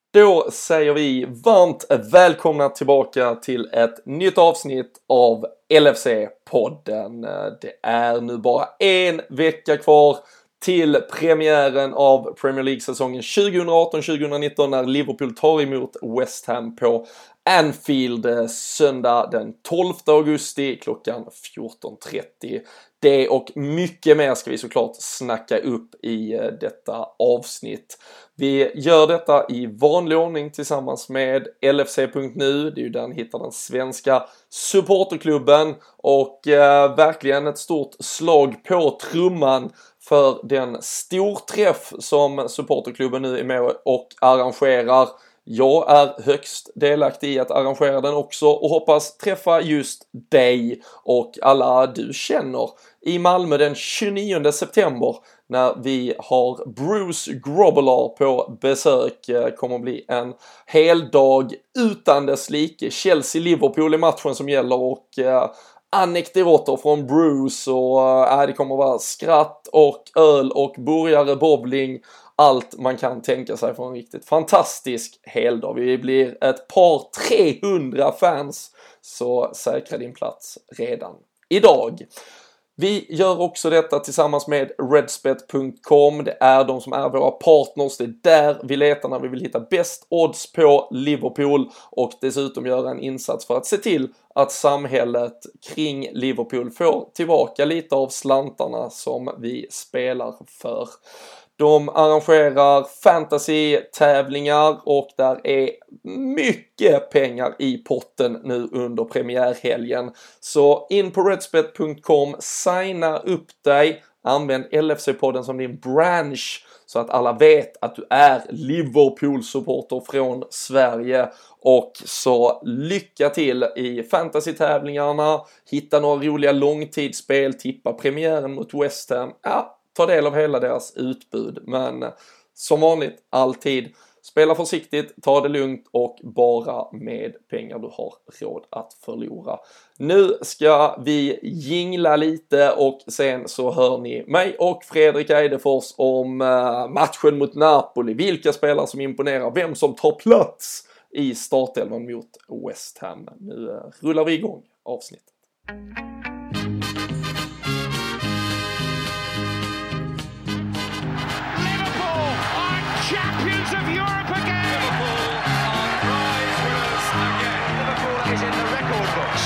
Då säger vi varmt välkomna tillbaka till ett nytt avsnitt av LFC-podden. Det är nu bara en vecka kvar till premiären av Premier League-säsongen 2018-2019 när Liverpool tar emot West Ham på Anfield söndag den 12 augusti klockan 14.30. Det och mycket mer ska vi såklart snacka upp i detta avsnitt. Vi gör detta i vanlig ordning tillsammans med LFC.nu. Det är ju där ni hittar den svenska supporterklubben och verkligen ett stort slag på trumman för den storträff som supporterklubben nu är med och arrangerar. Jag är högst delaktig i att arrangera den också och hoppas träffa just dig och alla du känner i Malmö den 29 september när vi har Bruce Grobbelaar på besök. Kommer att bli en hel dag utan dess like. Chelsea-Liverpool i matchen som gäller och anekdoter från Bruce och det kommer att vara skratt och öl och burgare, bowling, allt man kan tänka sig för en riktigt fantastisk heldag. Vi blir ett par 300 fans, så säkra din plats redan idag. Vi gör också detta tillsammans med Redspet.com. Det är de som är våra partners. Det är där vi letar när vi vill hitta bäst odds på Liverpool och dessutom göra en insats för att se till att samhället kring Liverpool får tillbaka lite av slantarna som vi spelar för. De arrangerar fantasy-tävlingar och där är mycket pengar i potten nu under premiärhelgen. Så in på redspet.com, signa upp dig, använd LFC-podden som din branch så att alla vet att du är Liverpool-supporter från Sverige. Och så lycka till i fantasy-tävlingarna, hitta några roliga långtidsspel, tippa premiären mot West Ham. Ja, ta del av hela deras utbud, men som vanligt alltid spela försiktigt, ta det lugnt och bara med pengar du har råd att förlora. Nu ska vi jingla lite och sen så hör ni mig och Fredrik Eidefors om matchen mot Napoli, vilka spelare som imponerar, vem som tar plats i startelvan mot West Ham. Nu rullar vi igång avsnittet. Champions of Europe again! Liverpool are prize winners again. Liverpool is in the record books.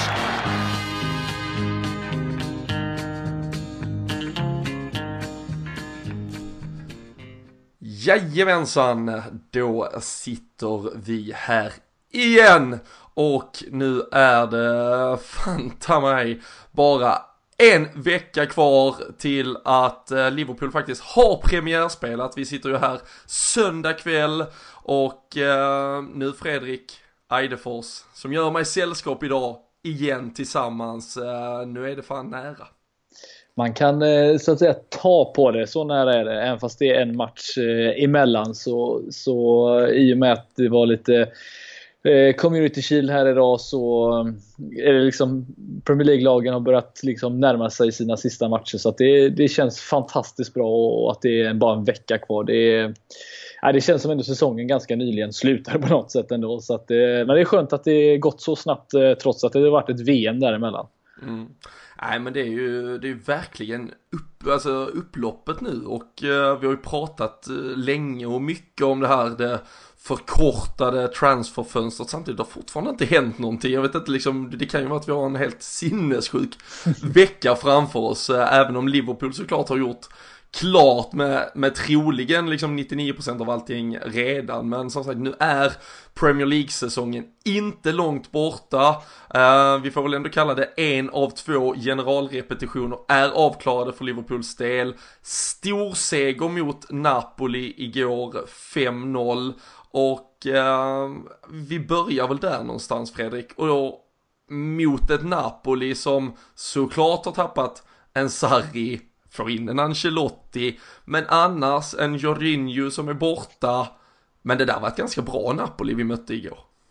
Jajamensan, då sitter vi här igen och nu är det fanta mig bara en vecka kvar till att Liverpool faktiskt har premiärspelat. Vi sitter ju här söndag kväll och nu Fredrik Eidefors som gör mig sällskap idag igen tillsammans. Nu är det fan nära. Man kan så att säga ta på det, så nära är det. Även fast det är en match emellan så i och med att det var lite Community Shield här idag så är det liksom Premier League-lagen har börjat liksom närma sig sina sista matcher, så att det känns fantastiskt bra och att det är bara en vecka kvar. Det känns som ändå säsongen ganska nyligen slutar på något sätt ändå, så att men det är skönt att det gått så snabbt trots att det har varit ett VM däremellan. Mm. Nej, men det är ju verkligen upploppet nu och vi har ju pratat länge och mycket om det här, det förkortade transferfönstret. Samtidigt har fortfarande inte hänt någonting. Jag vet inte, liksom, det kan ju vara att vi har en helt sinnessjuk vecka framför oss, även om Liverpool såklart har gjort klart med troligen liksom 99% av allting redan. Men som sagt, nu är Premier League-säsongen inte långt borta. Vi får väl ändå kalla det en av 2 generalrepetitioner är avklarade för Liverpools del. Stor seger mot Napoli igår, 5-0. Och vi börjar väl där någonstans, Fredrik. Och då mot ett Napoli som såklart har tappat en Sarri, får in en Ancelotti, men annars en Jorginho som är borta. Men det där var ett ganska bra Napoli vi mötte igår.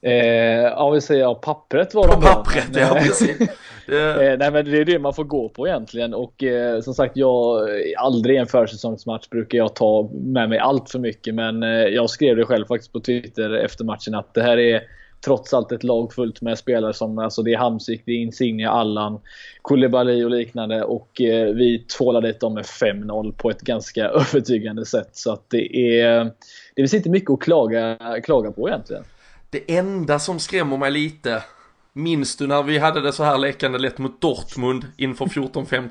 Ja, vi säger pappret var På de bra, pappret, men, ja precis. nej, men det är det man får gå på egentligen. Och som sagt, jag aldrig i en försäsongsmatch brukar jag ta med mig allt för mycket. Men jag skrev det själv faktiskt på Twitter efter matchen att det här är trots allt ett lag fullt med spelare som, alltså det är Hamsik, det är Insigne, Allan, Koulibaly och liknande. Och vi tvålade dit dem med 5-0 på ett ganska övertygande sätt. Så att det finns inte mycket att klaga på egentligen. Det enda som skrämmer mig lite, minns du när vi hade det så här lekande lätt mot Dortmund inför 14-15?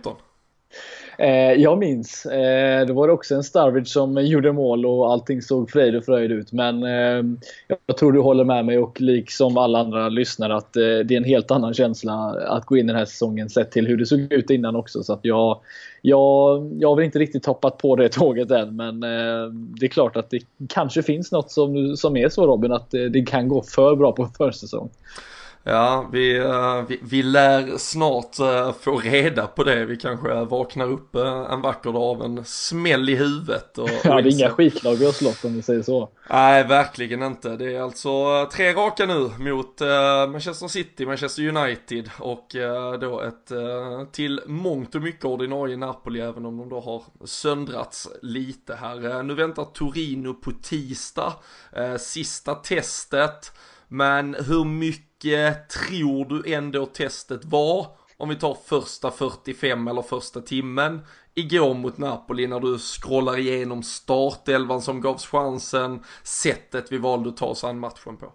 Jag minns. Det var också en Sturridge som gjorde mål och allting såg fröjd och fröjd ut. Men jag tror du håller med mig, och liksom alla andra lyssnare, att det är en helt annan känsla att gå in den här säsongen sett till hur det såg ut innan också. Så att jag har väl inte riktigt hoppat på det tåget än, men det är klart att det kanske finns något som är så, Robin, att det kan gå för bra på försäsong. Ja, vi lär snart få reda på det. Vi kanske vaknar upp en vacker dag av en smäll i huvudet. Ja, det är inga skitlag vi har slått, om vi säger så. Nej, verkligen inte. Det är alltså 3 raka nu mot Manchester City, Manchester United och då ett till mångt och mycket ordinarie Napoli, även om de då har söndrats lite här. Nu väntar Torino på tisdag, sista testet. Men hur mycket tror du ändå testet var, om vi tar första 45 eller första timmen igår mot Napoli, när du scrollar igenom startelvan som gavs chansen, sättet vi valde att ta oss an matchen på?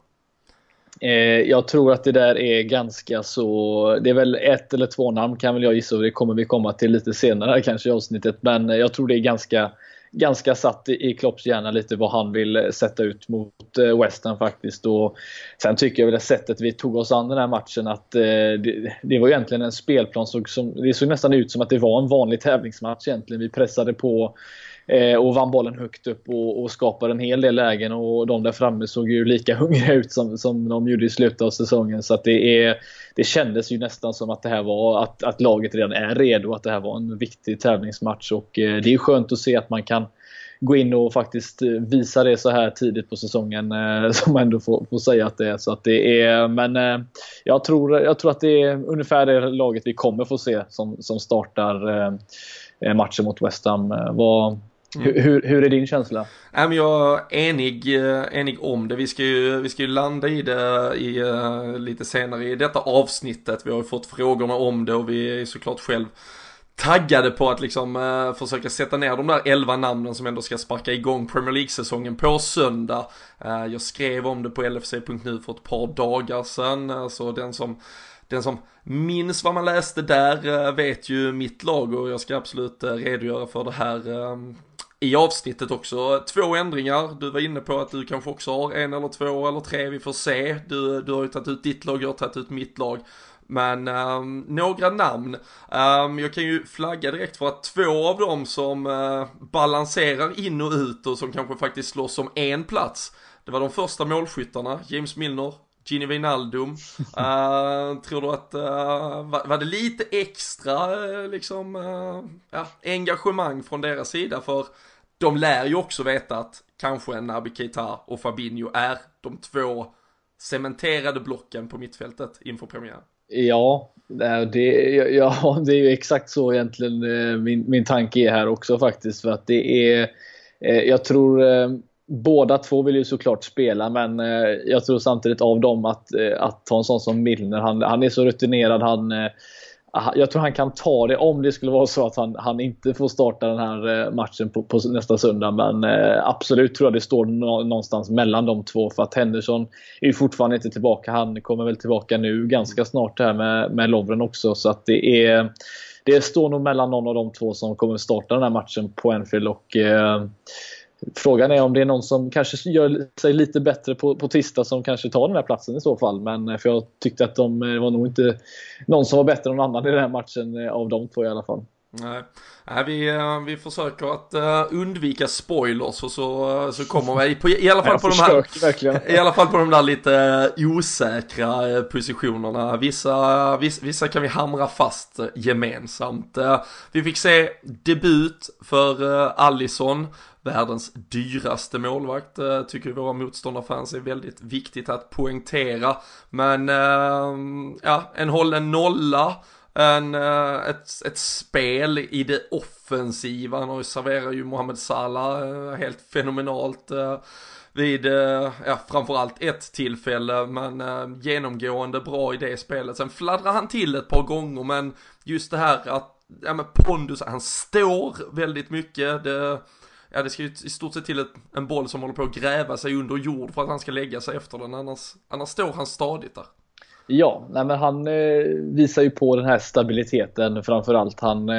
Jag tror att det där är ganska så. Det är väl 1 eller 2 namn kan väl jag gissa, och det kommer vi komma till lite senare kanske i avsnittet. Men jag tror det är ganska satt i Klopps hjärna lite vad han vill sätta ut mot West Ham faktiskt. Och sen tycker jag väl det sättet vi tog oss an den här matchen, att det var egentligen en spelplan det såg nästan ut som att det var en vanlig tävlingsmatch egentligen. Vi pressade på och vann bollen högt upp och skapade en hel del lägen, och de där framme såg ju lika hungriga ut som de gjorde i slutet av säsongen. Så att det kändes ju nästan som att det här var att laget redan är redo, att det här var en viktig tävlingsmatch. Och det är ju skönt att se att man kan gå in och faktiskt visa det så här tidigt på säsongen, som man ändå får säga att det är. Så att det är, men jag tror att det är ungefär det laget vi kommer få se som startar matchen mot West Ham. Hur är din känsla? Jag är enig om det. Vi ska ju landa i det lite senare i detta avsnittet. Vi har ju fått frågorna om det, och vi är såklart själv taggade på att liksom försöka sätta ner de där 11 namnen som ändå ska sparka igång Premier League-säsongen på söndag. Jag skrev om det på lfc.nu för ett par dagar sedan, så den som minns vad man läste där vet ju mitt lag, och jag ska absolut redogöra för det här i avsnittet också. 2 ändringar. Du var inne på att du kanske också har 1 eller 2 eller 3, vi får se. Du har ju tagit ut ditt lag, jag har tagit ut mitt lag. Men några namn. Jag kan ju flagga direkt för att 2 av dem som balanserar in och ut och som kanske faktiskt slåss som en plats, det var de första målskyttarna, James Milner, Gini Wijnaldum. Tror du att var det lite extra engagemang från deras sida? För de lär ju också veta att kanske Naby Keita och Fabinho är de 2 cementerade blocken på mittfältet inför premiären. Ja, det är ju exakt så egentligen min tanke är här också faktiskt. För att det är, jag tror båda 2 vill ju såklart spela, men jag tror samtidigt av dem att ta en sån som Milner, han är så rutinerad, jag tror han kan ta det om det skulle vara så att han inte får starta den här matchen på nästa söndag. Men absolut tror jag det står någonstans mellan de 2, för att Henderson är ju fortfarande inte tillbaka. Han kommer väl tillbaka nu ganska snart här med Lovren också. Så att det står nog mellan någon av de 2 som kommer starta den här matchen på Anfield. Och frågan är om det är någon som kanske gör sig lite bättre på tisdag som kanske tar den här platsen i så fall. Men för jag tyckte att det var nog inte någon som var bättre än någon annan i den här matchen av de 2 i alla fall. Nej, vi försöker att undvika spoilers, och så kommer vi i alla fall på de här verkligen. I alla fall på de där lite osäkra positionerna. Vissa kan vi hamra fast gemensamt. Vi fick se debut för Alisson. världens dyraste målvakt, tycker våra motståndarfans är väldigt viktigt att poängtera. Men en hållen nolla, ett spel i det offensiva. Han serverar ju Mohamed Salah helt fenomenalt vid framförallt ett tillfälle, men genomgående bra i det spelet. Sen fladdrar han till ett par gånger, men just det här att pondus, han står väldigt mycket. Det ska ju i stort sett till en boll som håller på att gräva sig under jord för att han ska lägga sig efter den, annars står han stadigt där. Ja, nej, men han visar ju på den här stabiliteten framförallt.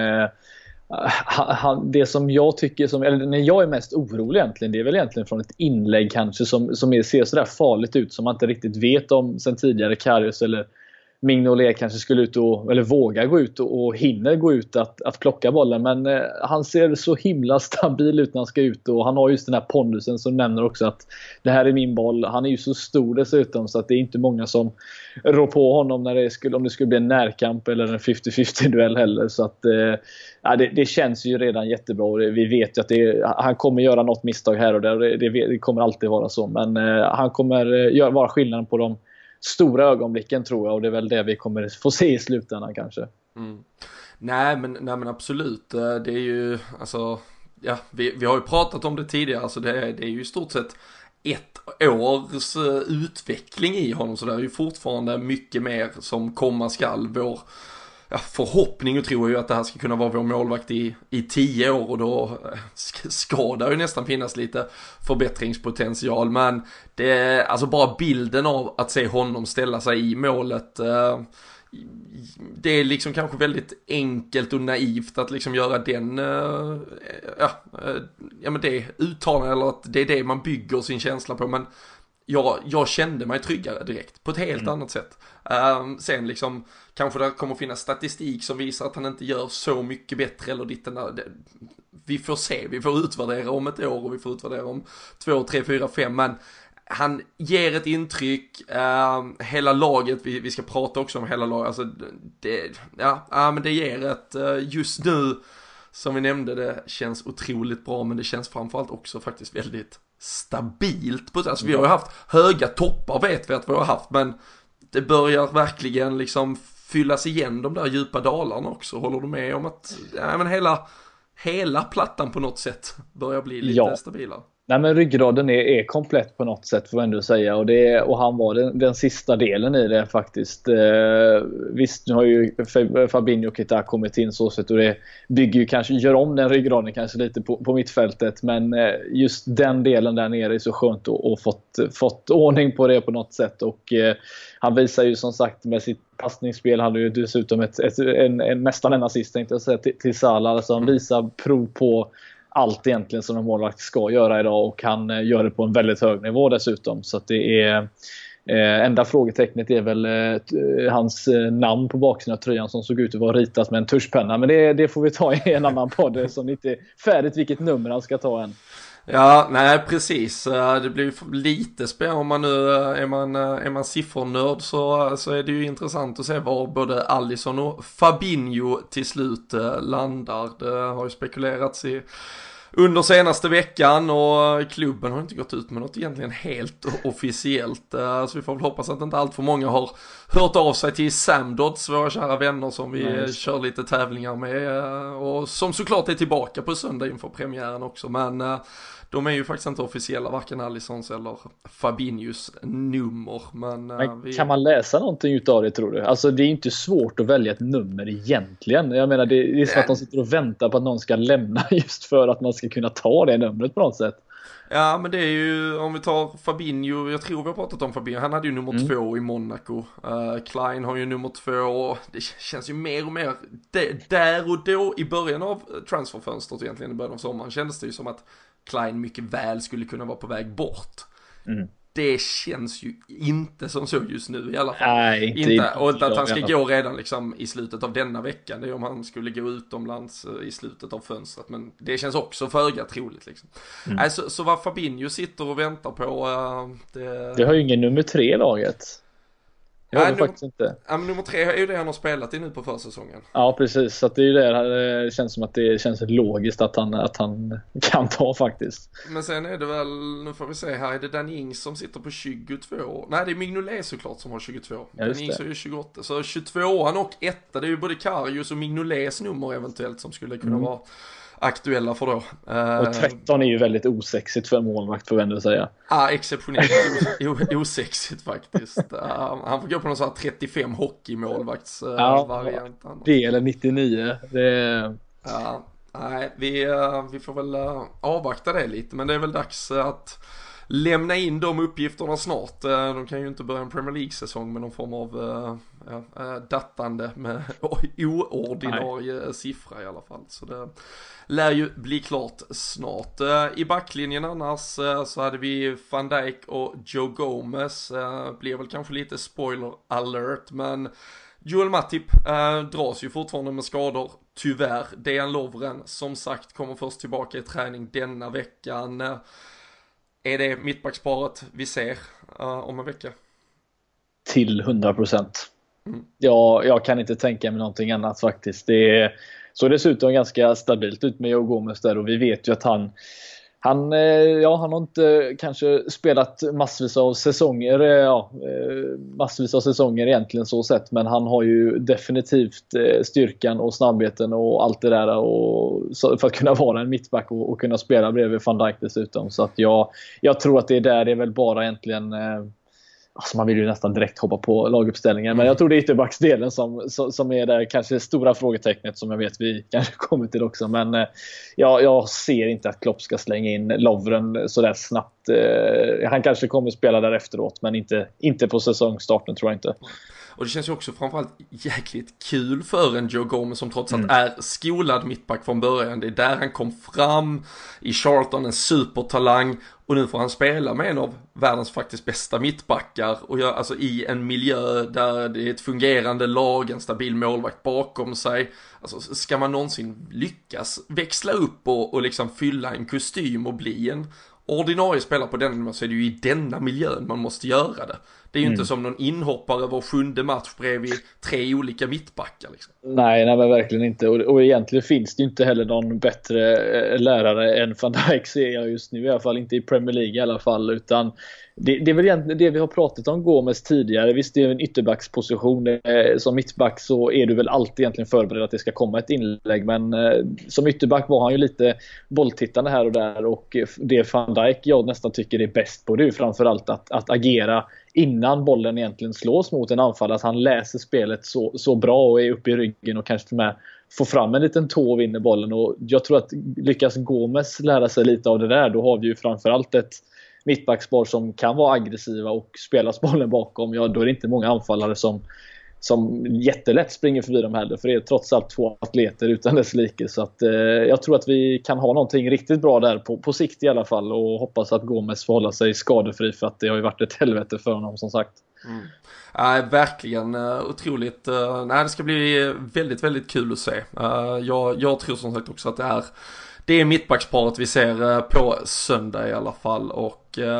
Det som jag tycker, eller när jag är mest orolig egentligen, det är väl egentligen från ett inlägg kanske som ser sådär farligt ut, som man inte riktigt vet om sen tidigare. Karius eller Mignolet kanske skulle ut eller våga gå ut och hinner gå ut att plocka bollen, men han ser så himla stabil ut när han ska ut, och han har just den här pondusen som nämner också att det här är min boll. Han är ju så stor dessutom, så att det är inte många som rår på honom om det skulle bli en närkamp eller en 50-50 duell heller, så att det känns ju redan jättebra, och vi vet ju att han kommer göra något misstag här och där, det kommer alltid vara så, men han kommer vara skillnaden på de stora ögonblicken, tror jag, och det är väl det vi kommer få se i slutändan kanske. Nej men absolut, det är ju alltså, vi har ju pratat om det tidigare, alltså det är ju i stort sett ett års utveckling i honom, så det är ju fortfarande mycket mer som komma skall. Vår förhoppning och tror ju att det här ska kunna vara vår målvakt i 10 år, och då ska det ju nästan finnas lite förbättringspotential, men det, alltså bara bilden av att se honom ställa sig i målet, det är liksom kanske väldigt enkelt och naivt att liksom göra den men det uttalandet, eller att det är det man bygger sin känsla på, men jag kände mig tryggare direkt på ett helt annat sätt. Sen liksom kanske det kommer finnas statistik som visar att han inte gör så mycket bättre eller ditt där. Vi får se, vi får utvärdera om ett år och vi får utvärdera om 2, 3, 4, 5, men han ger ett intryck, hela laget, vi ska prata också om hela laget, alltså men det ger ett, just nu som vi nämnde, det känns otroligt bra, men det känns framförallt också faktiskt väldigt stabilt. Alltså vi har ju haft höga toppar, vet vi att vi har haft, men det börjar verkligen liksom fyllas igen de där djupa dalarna också. Håller du med om att men hela plattan på något sätt börjar bli lite stabilare? Nej, men ryggraden är komplett på något sätt, får jag ändå säga, och han var den sista delen i det faktiskt. Visst, nu har ju Fabinho och Keita kommit in så sätt, och det bygger ju kanske, gör om den ryggraden kanske lite på mittfältet, men just den delen där nere är så skönt och fått ordning på det på något sätt, och han visar ju som sagt med sitt passningsspel, han har ju dessutom nästan en assist, tänkte jag säga, till Salah, alltså han visar prov på allt egentligen som en målvakt ska göra idag, och han gör det på en väldigt hög nivå dessutom, så att det är enda frågetecknet är väl hans namn på baksidan av tröjan som såg ut att vara ritat med en tuschpenna, men det får vi ta i en annan podd som inte är färdigt vilket nummer han ska ta än. Ja, nej precis. Det blir lite spel om man nu är man siffernörd, så är det ju intressant att se var både Alisson och Fabinho till slut landar. Det har ju spekulerats under senaste veckan, och klubben har inte gått ut med något egentligen helt officiellt. Så vi får väl hoppas att inte allt för många har hört av sig till Samdods, våra kära vänner som vi kör lite tävlingar med, och som såklart är tillbaka på söndag inför premiären också, men de är ju faktiskt inte officiella, varken Alissons eller Fabinhos nummer. Men kan man läsa någonting utav det, tror du? Alltså det är inte svårt att välja ett nummer egentligen. Jag menar, det är så att de sitter och väntar på att någon ska lämna just för att man ska kunna ta det numret på något sätt. Ja, men det är ju, om vi tar Fabinho, jag tror vi har pratat om Fabinho, han hade ju nummer 2 i Monaco. Klein har ju nummer 2, och det känns ju mer och mer, där och då i början av transferfönstret, egentligen i början av sommaren, kändes det ju som att Klein mycket väl skulle kunna vara på väg bort. Det känns ju inte som så just nu i alla fall. Nej, inte. Och att han ska gå redan liksom i slutet av denna veckan. Det är om han skulle gå utomlands i slutet av fönstret. Men det känns också föga troligt liksom. Så vad Fabinho sitter och väntar på, det har ju ingen nummer 3 i laget. Det har vi faktiskt inte. Ja, men nummer 3 är ju det han har spelat i nu på försäsongen. Ja, precis. Så att det är ju det känns som att det känns logiskt att han kan ta faktiskt. Men sen är det väl, nu får vi se här, är det Danny Ings som sitter på 22? Nej, det är Mignolet såklart som har 22. Ja, Danny Ings är ju 28. Så 22an och 1, det är ju både Karius och Mignolets nummer eventuellt som skulle kunna vara aktuella för då. Och 13 är ju väldigt osexigt för en målvakt, får vi ändå säga. Ja, exceptionellt osexigt faktiskt. Han får gå på någon sån här 35 hockeymålvaktsvariant. Det eller 99. Ja, nej, vi får väl avvakta det lite, men det är väl dags att lämna in de uppgifterna snart. De kan ju inte börja en Premier League-säsong med någon form av dattande med oordinarie siffra i alla fall. Så det lär ju bli klart snart. I backlinjen annars så hade vi Van Dijk och Joe Gomez. Blev väl kanske lite spoiler alert, men Joel Matip dras ju fortfarande med skador, tyvärr. Dejan Lovren som sagt kommer först tillbaka i träning denna veckan. Är det mittbacksparet vi ser om en vecka? Till 100%. Jag kan inte tänka mig någonting annat faktiskt. Det såg dessutom ganska stabilt ut med Joe Gomez där, och vi vet ju att han har inte kanske spelat massvis av säsonger egentligen så sett, men han har ju definitivt styrkan och snabbheten och allt det där, och för att kunna vara en mittback och kunna spela bredvid Van Dijk dessutom. Så att jag tror att det är väl bara egentligen, alltså man vill ju nästan direkt hoppa på laguppställningen, men jag tror det är ytterbacksdelen som är där kanske stora frågetecknet, som jag vet vi kanske kommer till också. Men jag ser inte att Klopp ska slänga in Lovren så där snabbt. Han kanske kommer spela där efteråt, men inte på säsongstarten, tror jag inte. Och det känns ju också framförallt jäkligt kul för en Joe Gomez som trots allt är skolad mittback från början. Det är där han kom fram i Charlton, en supertalang. Och nu får han spela med en av världens faktiskt bästa mittbackar. Och alltså i en miljö där det är ett fungerande lag, en stabil målvakt bakom sig. Alltså ska man någonsin lyckas växla upp och liksom fylla en kostym och bli en ordinarie spelare på den, så är det ju i denna miljön man måste göra det. Det är ju inte som någon inhoppare var 7:e match bredvid 3 olika mittbackar liksom. Nej, men verkligen inte. Och egentligen finns det ju inte heller någon bättre lärare än Van Dijk, ser jag just nu, i alla fall inte i Premier League i alla fall, utan det är väl egentligen det vi har pratat om Gomez tidigare. Visst, det är en ytterbacksposition. Som mittback så är du väl alltid egentligen förberedd att det ska komma ett inlägg, men som ytterback var han ju lite bolltittande här och där, och det Van Dijk jag nästan tycker är bäst på, det är framförallt att agera innan bollen egentligen slås mot en anfall, att han läser spelet så bra och är uppe i ryggen och kanske med får fram en liten tå och vinner bollen. Och jag tror att lyckas Gomez lära sig lite av det där, då har vi ju framförallt ett mittbackspar som kan vara aggressiva och spela bollen bakom. Ja, då är det inte många anfallare som jättelätt springer förbi dem heller, för det är trots allt 2 atleter utan dess like. Så att jag tror att vi kan ha någonting riktigt bra där på sikt i alla fall, och hoppas att Gomez får hålla sig skadefri, för att det har ju varit ett helvete för honom som sagt. Verkligen otroligt. Det ska bli väldigt, väldigt kul att se. Jag tror som sagt också att det är mittbacksparet vi ser på söndag i alla fall, och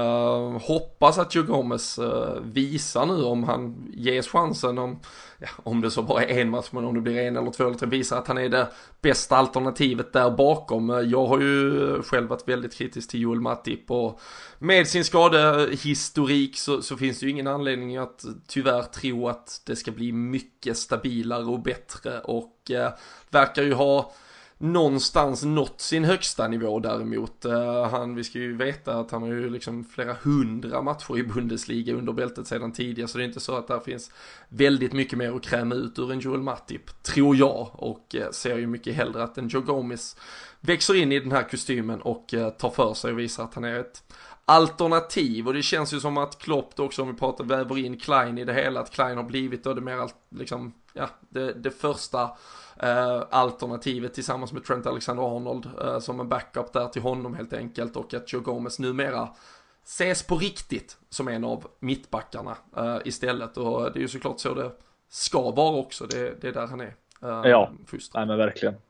hoppas att Joe Gomez visar nu, om han ges chansen, om det så bara är en match, men om det blir 1 eller 2 eller 3, visar att han är det bästa alternativet där bakom. Jag har ju själv varit väldigt kritisk till Joel Matip, och med sin skadehistorik så finns det ju ingen anledning att tyvärr tro att det ska bli mycket stabilare och bättre, och verkar ju ha någonstans nått sin högsta nivå däremot. Vi ska ju veta att han har ju liksom flera 100 matcher i Bundesliga under bältet sedan tidigare, så det är inte så att där finns väldigt mycket mer att kräma ut ur en Joel Matip, tror jag, och ser ju mycket hellre att en Joe Gomez växer in i den här kostymen och tar för sig och visar att han är ett alternativ. Och det känns ju som att Klopp också, om vi pratar väver in Klein i det hela, att Klein har blivit då det mer liksom, det första alternativet tillsammans med Trent Alexander-Arnold som en backup där till honom helt enkelt, och att Joe Gomez numera ses på riktigt som en av mittbackarna istället, och det är ju såklart så det ska vara också. Det är där han är. Ja, nej men verkligen.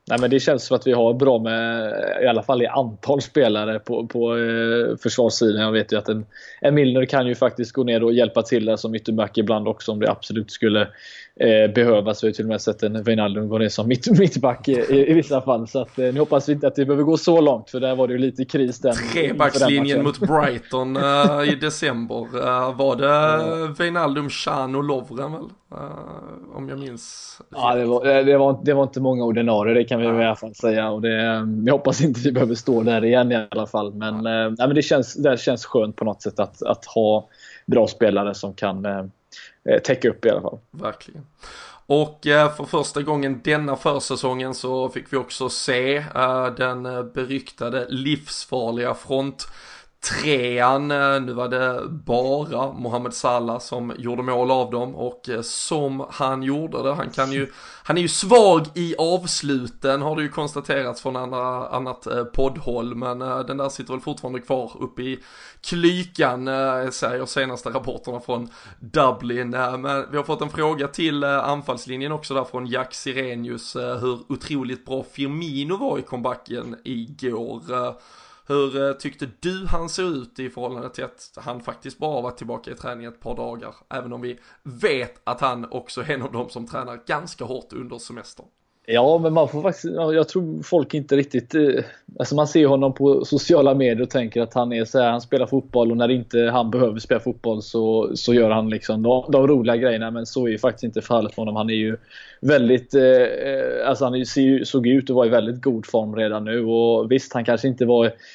Nej, men det känns som att vi har bra med, i alla fall i antal spelare på försvarssidan. Jag vet ju att en Milner kan ju faktiskt gå ner och hjälpa till där som ytterback ibland också om det absolut skulle behövas. Vi har till och med sett en Wijnaldum gå ner som mittback i vissa fall. Så att, nu hoppas vi inte att det behöver gå så långt, för där var det ju lite kris. Trebackslinjen mot Brighton i december. Var det Wijnaldum, Chan och Lovren väl? Om jag minns. Ja, det var inte många ordinarie, det kan vi i alla fall säga. Och jag hoppas inte vi behöver stå där igen i alla fall. Men, men det känns skönt på något sätt att ha bra spelare som kan täcka upp i alla fall. Verkligen. Och för första gången denna försäsongen så fick vi också se den beryktade livsfarliga fronttrean. Nu var det bara Mohamed Salah som gjorde mål av dem, och som han gjorde det, han är ju svag i avsluten, har det ju konstaterats från annat poddhåll, men den där sitter väl fortfarande kvar uppe i klykan, säger senaste rapporterna från Dublin. Men vi har fått en fråga till anfallslinjen också där från Jack Sirenius, hur otroligt bra Firmino var i comebacken igår. Hur tyckte du han ser ut i förhållande till att han faktiskt bara varit tillbaka i träning ett par dagar, även om vi vet att han också är en av dem som tränar ganska hårt under semestern? Ja, men man får faktiskt, jag tror folk inte riktigt, alltså man ser honom på sociala medier och tänker att han är så här, han spelar fotboll, och när inte han behöver spela fotboll så gör han liksom de roliga grejerna, men så är ju faktiskt inte fallet för honom. Han är ju väldigt, alltså han såg ut att vara i väldigt god form redan nu, och visst, han kanske inte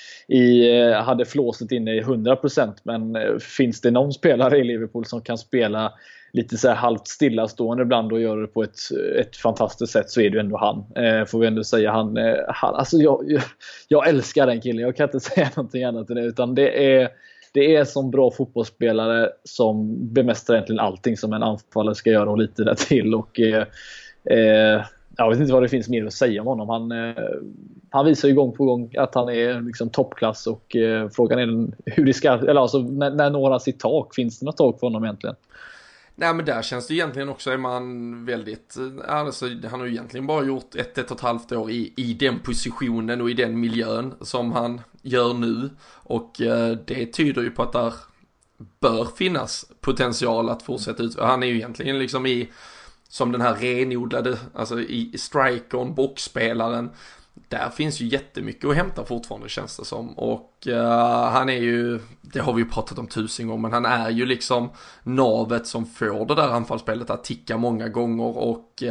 hade flåset inne i 100%, men finns det någon spelare i Liverpool som kan spela lite så här halvt stillastående ibland och gör det på ett fantastiskt sätt, så är det ju ändå han. Får vi ändå säga. Han alltså jag älskar den killen. Jag kan inte säga någonting annat än det, utan det är som bra fotbollsspelare som bemästrar egentligen allting som en anfallare ska göra och lite där till. Och jag vet inte vad det finns mer att säga om honom. Han visar ju gång på gång att han är liksom toppklass, och frågan är hur det ska, eller alltså när når han sitt tak? Finns det något tak för honom egentligen? Nej, men där känns det egentligen också, är man väldigt, alltså han har ju egentligen bara gjort 1,5 år i den positionen och i den miljön som han gör nu, och det tyder ju på att där bör finnas potential att fortsätta ut. Han är ju egentligen liksom som den här renodlade, alltså i strikern, boxspelaren. Där finns ju jättemycket att hämta fortfarande, känns det som. Och han är ju, det har vi ju pratat om 1000 gånger, men han är ju liksom navet som får det där anfallsspelet att ticka många gånger. Och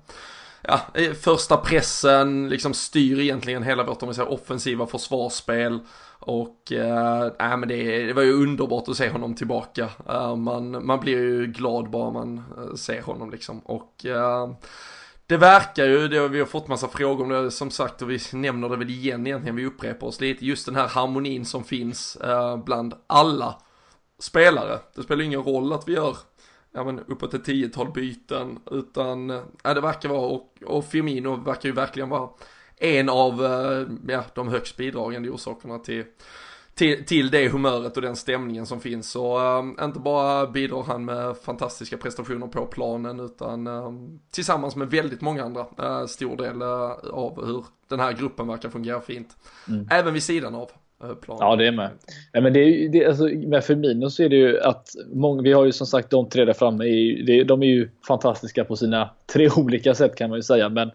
första pressen liksom styr egentligen hela vårt, om vi säger, offensiva försvarsspel. Och men det var ju underbart att se honom tillbaka. Man blir ju glad bara man ser honom liksom. Och det verkar ju, vi har fått massa frågor om det som sagt, och vi nämner det väl igen egentligen, vi upprepar oss lite, just den här harmonin som finns bland alla spelare. Det spelar ingen roll att vi gör uppåt ett 10-tal byten, utan det verkar vara, och Firmino verkar ju verkligen vara en av de högst bidragande orsakerna till det humöret och den stämningen som finns. Så inte bara bidrar han med fantastiska prestationer på planen, utan tillsammans med väldigt många andra, stor del av hur den här gruppen verkar fungera fint. Även vid sidan av planen. Ja, det är med. Ja, men det, alltså, med Firmino så är det ju att vi har ju som sagt de tre där framme, de är ju fantastiska på sina 3 olika sätt, kan man ju säga, men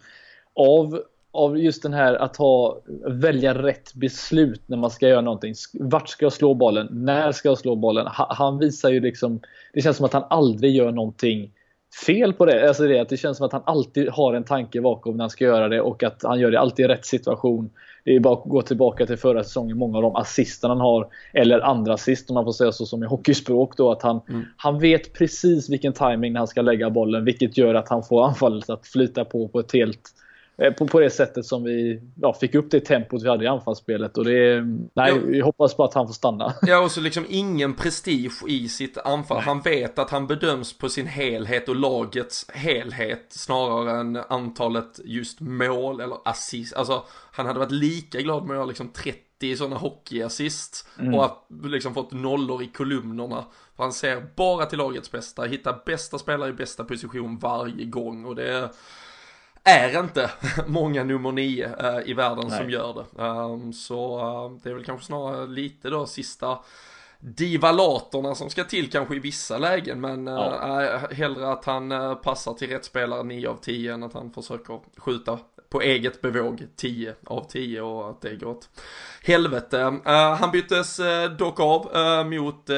av just den här att välja rätt beslut när man ska göra någonting. Vart ska jag slå bollen? När ska jag slå bollen? Han visar ju liksom, det känns som att han aldrig gör någonting fel på det. Alltså det känns som att han alltid har en tanke bakom när han ska göra det, och att han gör det alltid i rätt situation. Det är bara att gå tillbaka till förra säsongen, många av de assisterna han har, eller andra assist om man får säga så, som i hockeyspråk då, att han vet precis vilken timing när han ska lägga bollen, vilket gör att han får anfallet att flyta på ett helt på det sättet som vi fick upp det tempot vi hade i anfallsspelet, och vi hoppas på att han får stanna. Ja, och så liksom ingen prestige i sitt anfall. Han vet att han bedöms på sin helhet och lagets helhet snarare än antalet just mål eller assist. Alltså han hade varit lika glad med att göra liksom 30 sådana hockeyassist och att liksom fått nollor i kolumnerna. För han ser bara till lagets bästa, hittar bästa spelare i bästa position varje gång, och det är är inte många nummer 9 i världen som gör det. Så det är väl kanske snarare lite då sista divalaterna som ska till kanske i vissa lägen, men hellre att han passar till rätt spelare 9 av 10 än att han försöker skjuta på eget bevåg 10 av 10 och att det går åt helvete. Han byttes dock av mot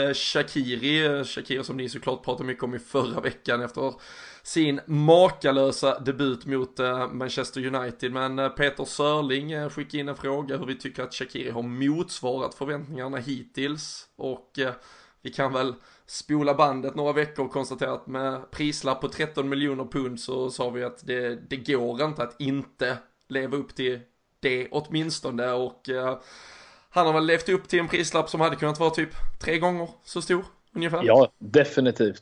Shaqiri som ni såklart pratade mycket om i förra veckan efter sin makalösa debut mot Manchester United. Men Peter Sörling skickade in en fråga hur vi tycker att Shaqiri har motsvarat förväntningarna hittills, och vi kan väl spola bandet några veckor och konstatera att med prislapp på 13 miljoner pund så sa vi att det går inte att inte leva upp till det åtminstone, och han har väl levt upp till en prislapp som hade kunnat vara typ 3 gånger så stor ungefär. Ja, definitivt.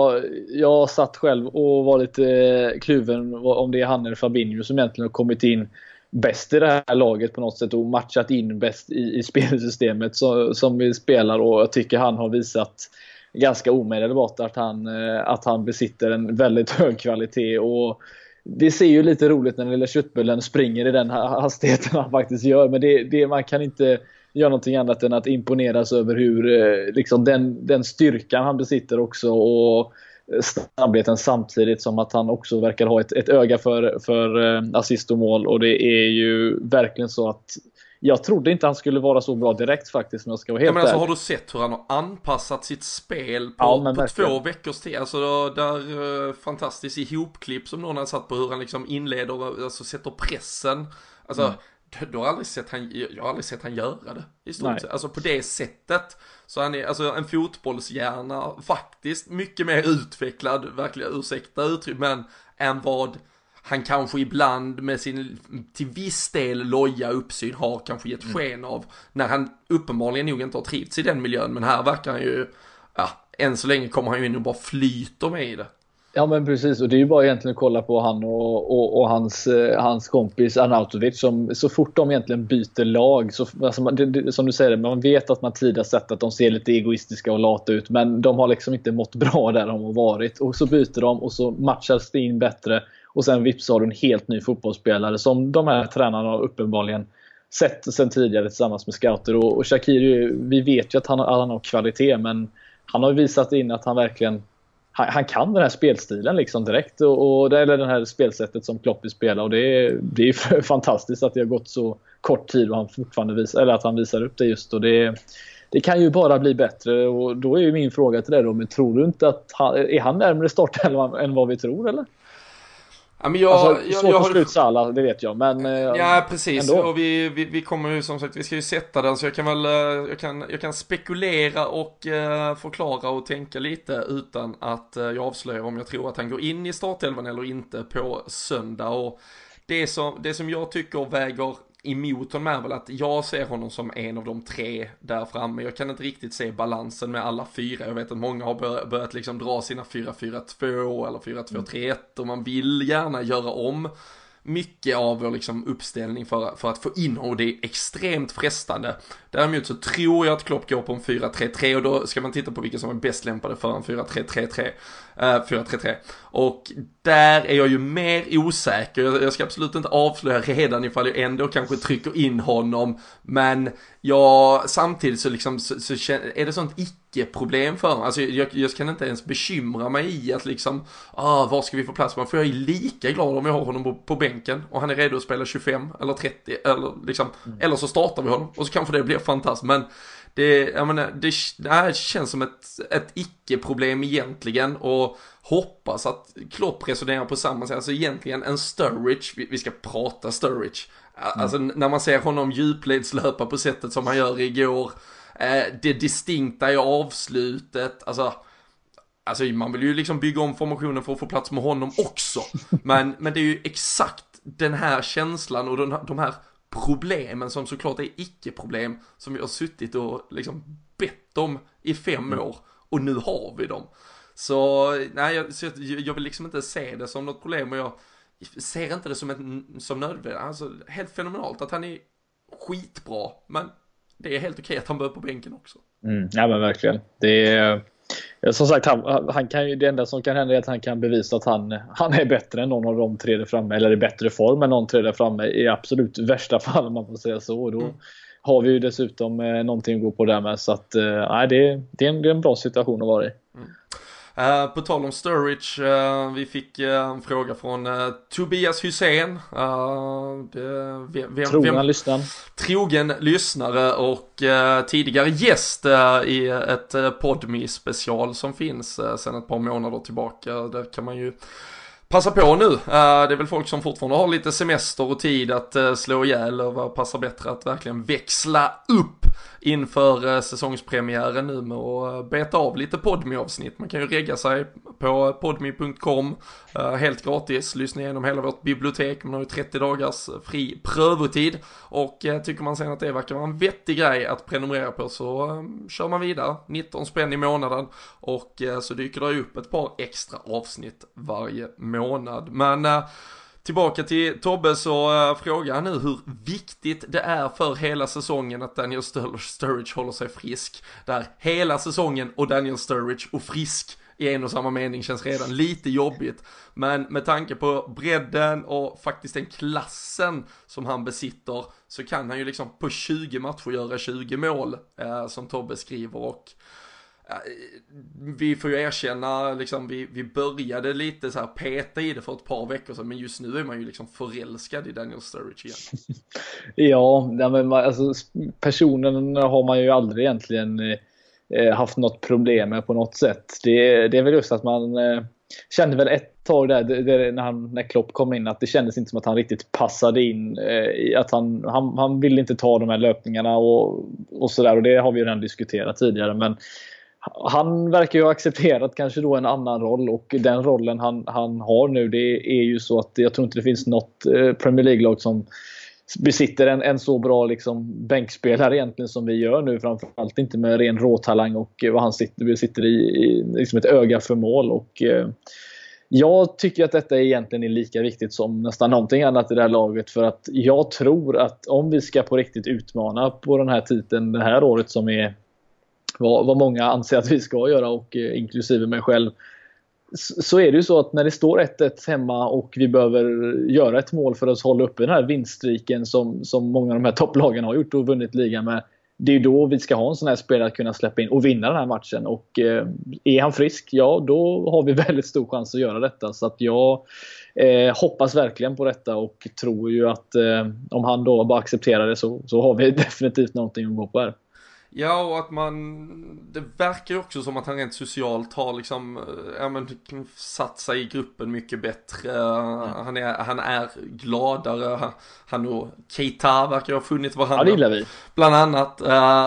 Jag satt själv och var lite kluven om det är han eller Fabinho som egentligen har kommit in bäst i det här laget på något sätt och matchat in bäst i spelsystemet som vi spelar, och jag tycker han har visat ganska omedelbart att han besitter en väldigt hög kvalitet, och det ser ju lite roligt när den lilla köttbullen springer i den hastigheten han faktiskt gör, men det man kan inte göra någonting annat än att imponeras över hur liksom den styrkan han besitter också, och snabbheten, samtidigt som att han också verkar ha ett öga för assist och mål, och det är ju verkligen så att jag trodde inte han skulle vara så bra direkt faktiskt, men jag ska vara helt alltså, har du sett hur han har anpassat sitt spel på 2 veckors tid? Alltså där fantastiskt ihopklipp som någon har satt på hur han liksom inleder, alltså sätter pressen. Alltså jag har aldrig sett han göra det i stort sett. Alltså på det sättet. Så han är alltså en fotbollshjärna, faktiskt mycket mer utvecklad, verkligen, ursäkta uttryck, men än vad han kanske ibland med sin till viss del loja uppsyn har kanske gett sken av, när han uppenbarligen nog inte har trivts i den miljön. Men här verkar han ju, än så länge kommer han ju in och bara flyter med i det. Ja, men precis, och det är ju bara egentligen att kolla på han och hans kompis Arnautovic, som så fort de egentligen byter lag så, alltså, som du säger, man vet att man tidigare sett att de ser lite egoistiska och lata ut, men de har liksom inte mått bra där de har varit, och så byter de och så matchas det in bättre, och sen vips har du en helt ny fotbollsspelare som de här tränarna har uppenbarligen sett sen tidigare tillsammans med scouter. Och Shaqiri, vi vet ju att han har kvalitet, men han har visat in att han verkligen han kan den här spelstilen liksom direkt, och det är den här spelsättet som Klopp spelar, och det är fantastiskt att det har gått så kort tid och han fortfarande visar upp det just, och det kan ju bara bli bättre. Och då är ju min fråga till dig då, men tror du inte att är han närmare startelvan än vad vi tror, eller? Ja, men jag har slut Salah, det vet jag, men ja, precis. Ändå. Och vi kommer ju, som sagt, vi ska ju sätta den, så jag kan väl jag kan spekulera och förklara och tänka lite utan att jag avslöjar om jag tror att han går in i startelvan eller inte på söndag. Och det som jag tycker väger emot honom är väl att jag ser honom som en av de 3 där framme. Jag kan inte riktigt se balansen med alla 4. Jag vet att många har börjat liksom dra sina 4-4-2 eller 4-2-3-1, och man vill gärna göra om mycket av vår liksom uppställning för att få in, och det är extremt frestande. Däremot så tror jag att Klopp går på en 4-3-3, och då ska man titta på vilka som är bäst lämpade för en 4-3-3. Och där är jag ju mer osäker. Jag ska absolut inte avslöja redan ifall jag ändå kanske trycker in honom, men samtidigt så liksom så är det sånt icke-problem för mig. Alltså jag kan inte ens bekymra mig i att liksom var ska vi få plats? För jag är lika glad om jag har honom på bänken och han är redo att spela 25 eller 30 eller liksom, eller så startar vi honom och så kanske det blir fantastiskt. Men det här känns som ett icke-problem egentligen, och hoppas att Klopp resonerar på samma sätt. Alltså egentligen en Sturridge, vi ska prata Sturridge. Alltså när man ser honom djupledslöpa på sättet som han gör igår, det distinkta i avslutet, alltså man vill ju liksom bygga om formationen för att få plats med honom också. Men det är ju exakt den här känslan och de här problemen som såklart är icke-problem som vi har suttit och liksom bett om i 5 år, och nu har vi dem. Så nej, jag vill liksom inte se det som något problem, och jag ser inte det som nödvändigt. Alltså helt fenomenalt att han är skitbra, men det är helt okej att han börjar på bänken också. Ja, men verkligen. Det Som sagt, han kan ju, det enda som kan hända är att han kan bevisa att han är bättre än någon av de tre där framme, eller i bättre form än någon tre där framme i absolut värsta fall, om man får säga så. Och då har vi ju dessutom någonting att gå på där med, så att det är en bra situation att vara i. På tal om Sturridge, vi fick en fråga från Tobias Hussein. Trogen lyssnare och tidigare gäst i ett Podme-special som finns sedan ett par månader tillbaka. Där kan man ju passa på nu. Det är väl folk som fortfarande har lite semester och tid att slå ihjäl, och vad passar bättre att verkligen växla upp inför säsongspremiären nu med att beta av lite Podme-avsnitt. Man kan ju regga sig på podme.com helt gratis, lyssna igenom hela vårt bibliotek. Man har ju 30 dagars fri prövotid, och tycker man sen att det verkar vara en vettig grej att prenumerera på, så kör man vidare. 19 spänn i månaden, och så dyker det upp ett par extra avsnitt varje månad. Men tillbaka till Tobbe, så frågar han nu hur viktigt det är för hela säsongen att Daniel Sturridge håller sig frisk. Där hela säsongen och Daniel Sturridge och frisk i en och samma mening känns redan lite jobbigt. Men med tanke på bredden och faktiskt den klassen som han besitter, så kan han ju liksom på 20 matcher göra 20 mål, som Tobbe skriver. Och vi får ju erkänna, liksom, vi började lite så här peta i det för ett par veckor sedan, men just nu är man ju liksom förälskad i Daniel Sturridge igen. Ja, men alltså, personen har man ju aldrig egentligen haft något problem med på något sätt. Det är väl just att man kände väl ett tag där när Klopp kom in, att det kändes inte som att han riktigt passade in, att han ville inte ta de här löpningarna och sådär, och det har vi ju redan diskuterat tidigare, men han verkar ju ha accepterat kanske då en annan roll, och den rollen han har nu, det är ju så att jag tror inte det finns något Premier League-lag som besitter en så bra liksom bänkspelare egentligen som vi gör nu, framförallt inte med ren råtalang och vad han sitter i liksom ett öga för mål. Och jag tycker att detta egentligen är lika viktigt som nästan någonting annat i det här laget, för att jag tror att om vi ska på riktigt utmana på den här titeln det här året, som är vad många anser att vi ska göra, och inklusive mig själv, så är det ju så att när det står 1-1 hemma och vi behöver göra ett mål för att hålla uppe den här vinststriken som många av de här topplagen har gjort och vunnit ligan med, det är ju då vi ska ha en sån här spelare att kunna släppa in och vinna den här matchen. Och är han frisk, ja, då har vi väldigt stor chans att göra detta. Så att jag hoppas verkligen på detta, och tror ju att om han då bara accepterar det, så har vi definitivt någonting att gå på här. Ja, och att det verkar ju också som att han rent socialt har liksom, satt sig i gruppen mycket bättre. Han är gladare. Han och Keita verkar ha funnit varandra. Ja, det gillar vi. Bland annat.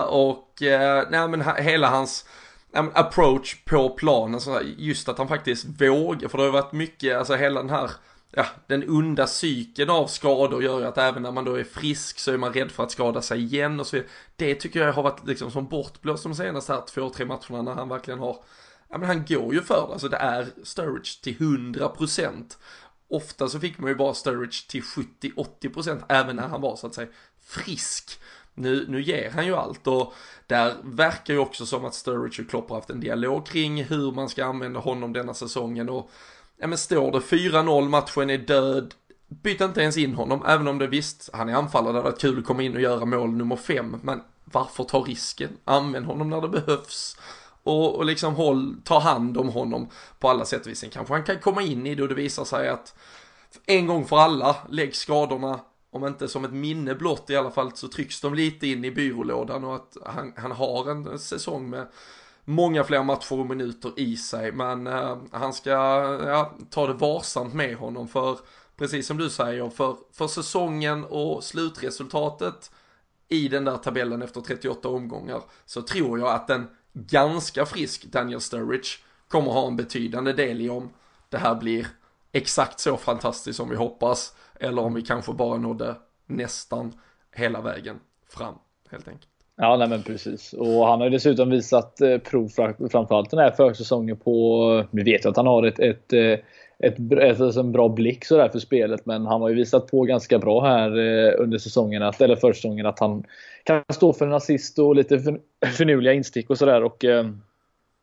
Hela hans approach på planen, så just att han faktiskt vågar, för det har varit mycket, alltså hela den här, den onda psyken av skador gör att även när man då är frisk så är man rädd för att skada sig igen, och så det tycker jag har varit liksom som bortblåst de senaste här 2-3 matcherna, när han verkligen har, han går ju för, alltså det är Sturridge till 100%. Ofta så fick man ju bara Sturridge till 70-80% även när han var så att säga frisk. Nu ger han ju allt, och där verkar ju också som att Sturridge och Klopp har haft en dialog kring hur man ska använda honom denna säsongen. Och står det 4-0, matchen är död, byt inte ens in honom, även om det visst, han är anfallare, det hade varit kul att komma in och göra mål nummer 5, men varför ta risken? Använd honom när det behövs, och liksom ta hand om honom på alla sätt och vis. Kanske han kan komma in i det och det visar sig att en gång för alla läggs skadorna, om inte som ett minne blott, i alla fall så trycks de lite in i byrålådan, och att han har en säsong med många fler matcher och minuter i sig, men han ska ta det varsamt med honom, för precis som du säger, för säsongen och slutresultatet i den där tabellen efter 38 omgångar, så tror jag att en ganska frisk Daniel Sturridge kommer ha en betydande del i om det här blir exakt så fantastiskt som vi hoppas, eller om vi kanske bara nådde nästan hela vägen fram, helt enkelt. Ja, nej men precis. Och han har ju dessutom visat prov framförallt den här försäsongen på, vi vet att han har en bra blick så där för spelet, men han har ju visat på ganska bra här under säsongen, eller försäsongen, att han kan stå för en assist och lite förnuliga instick och sådär, och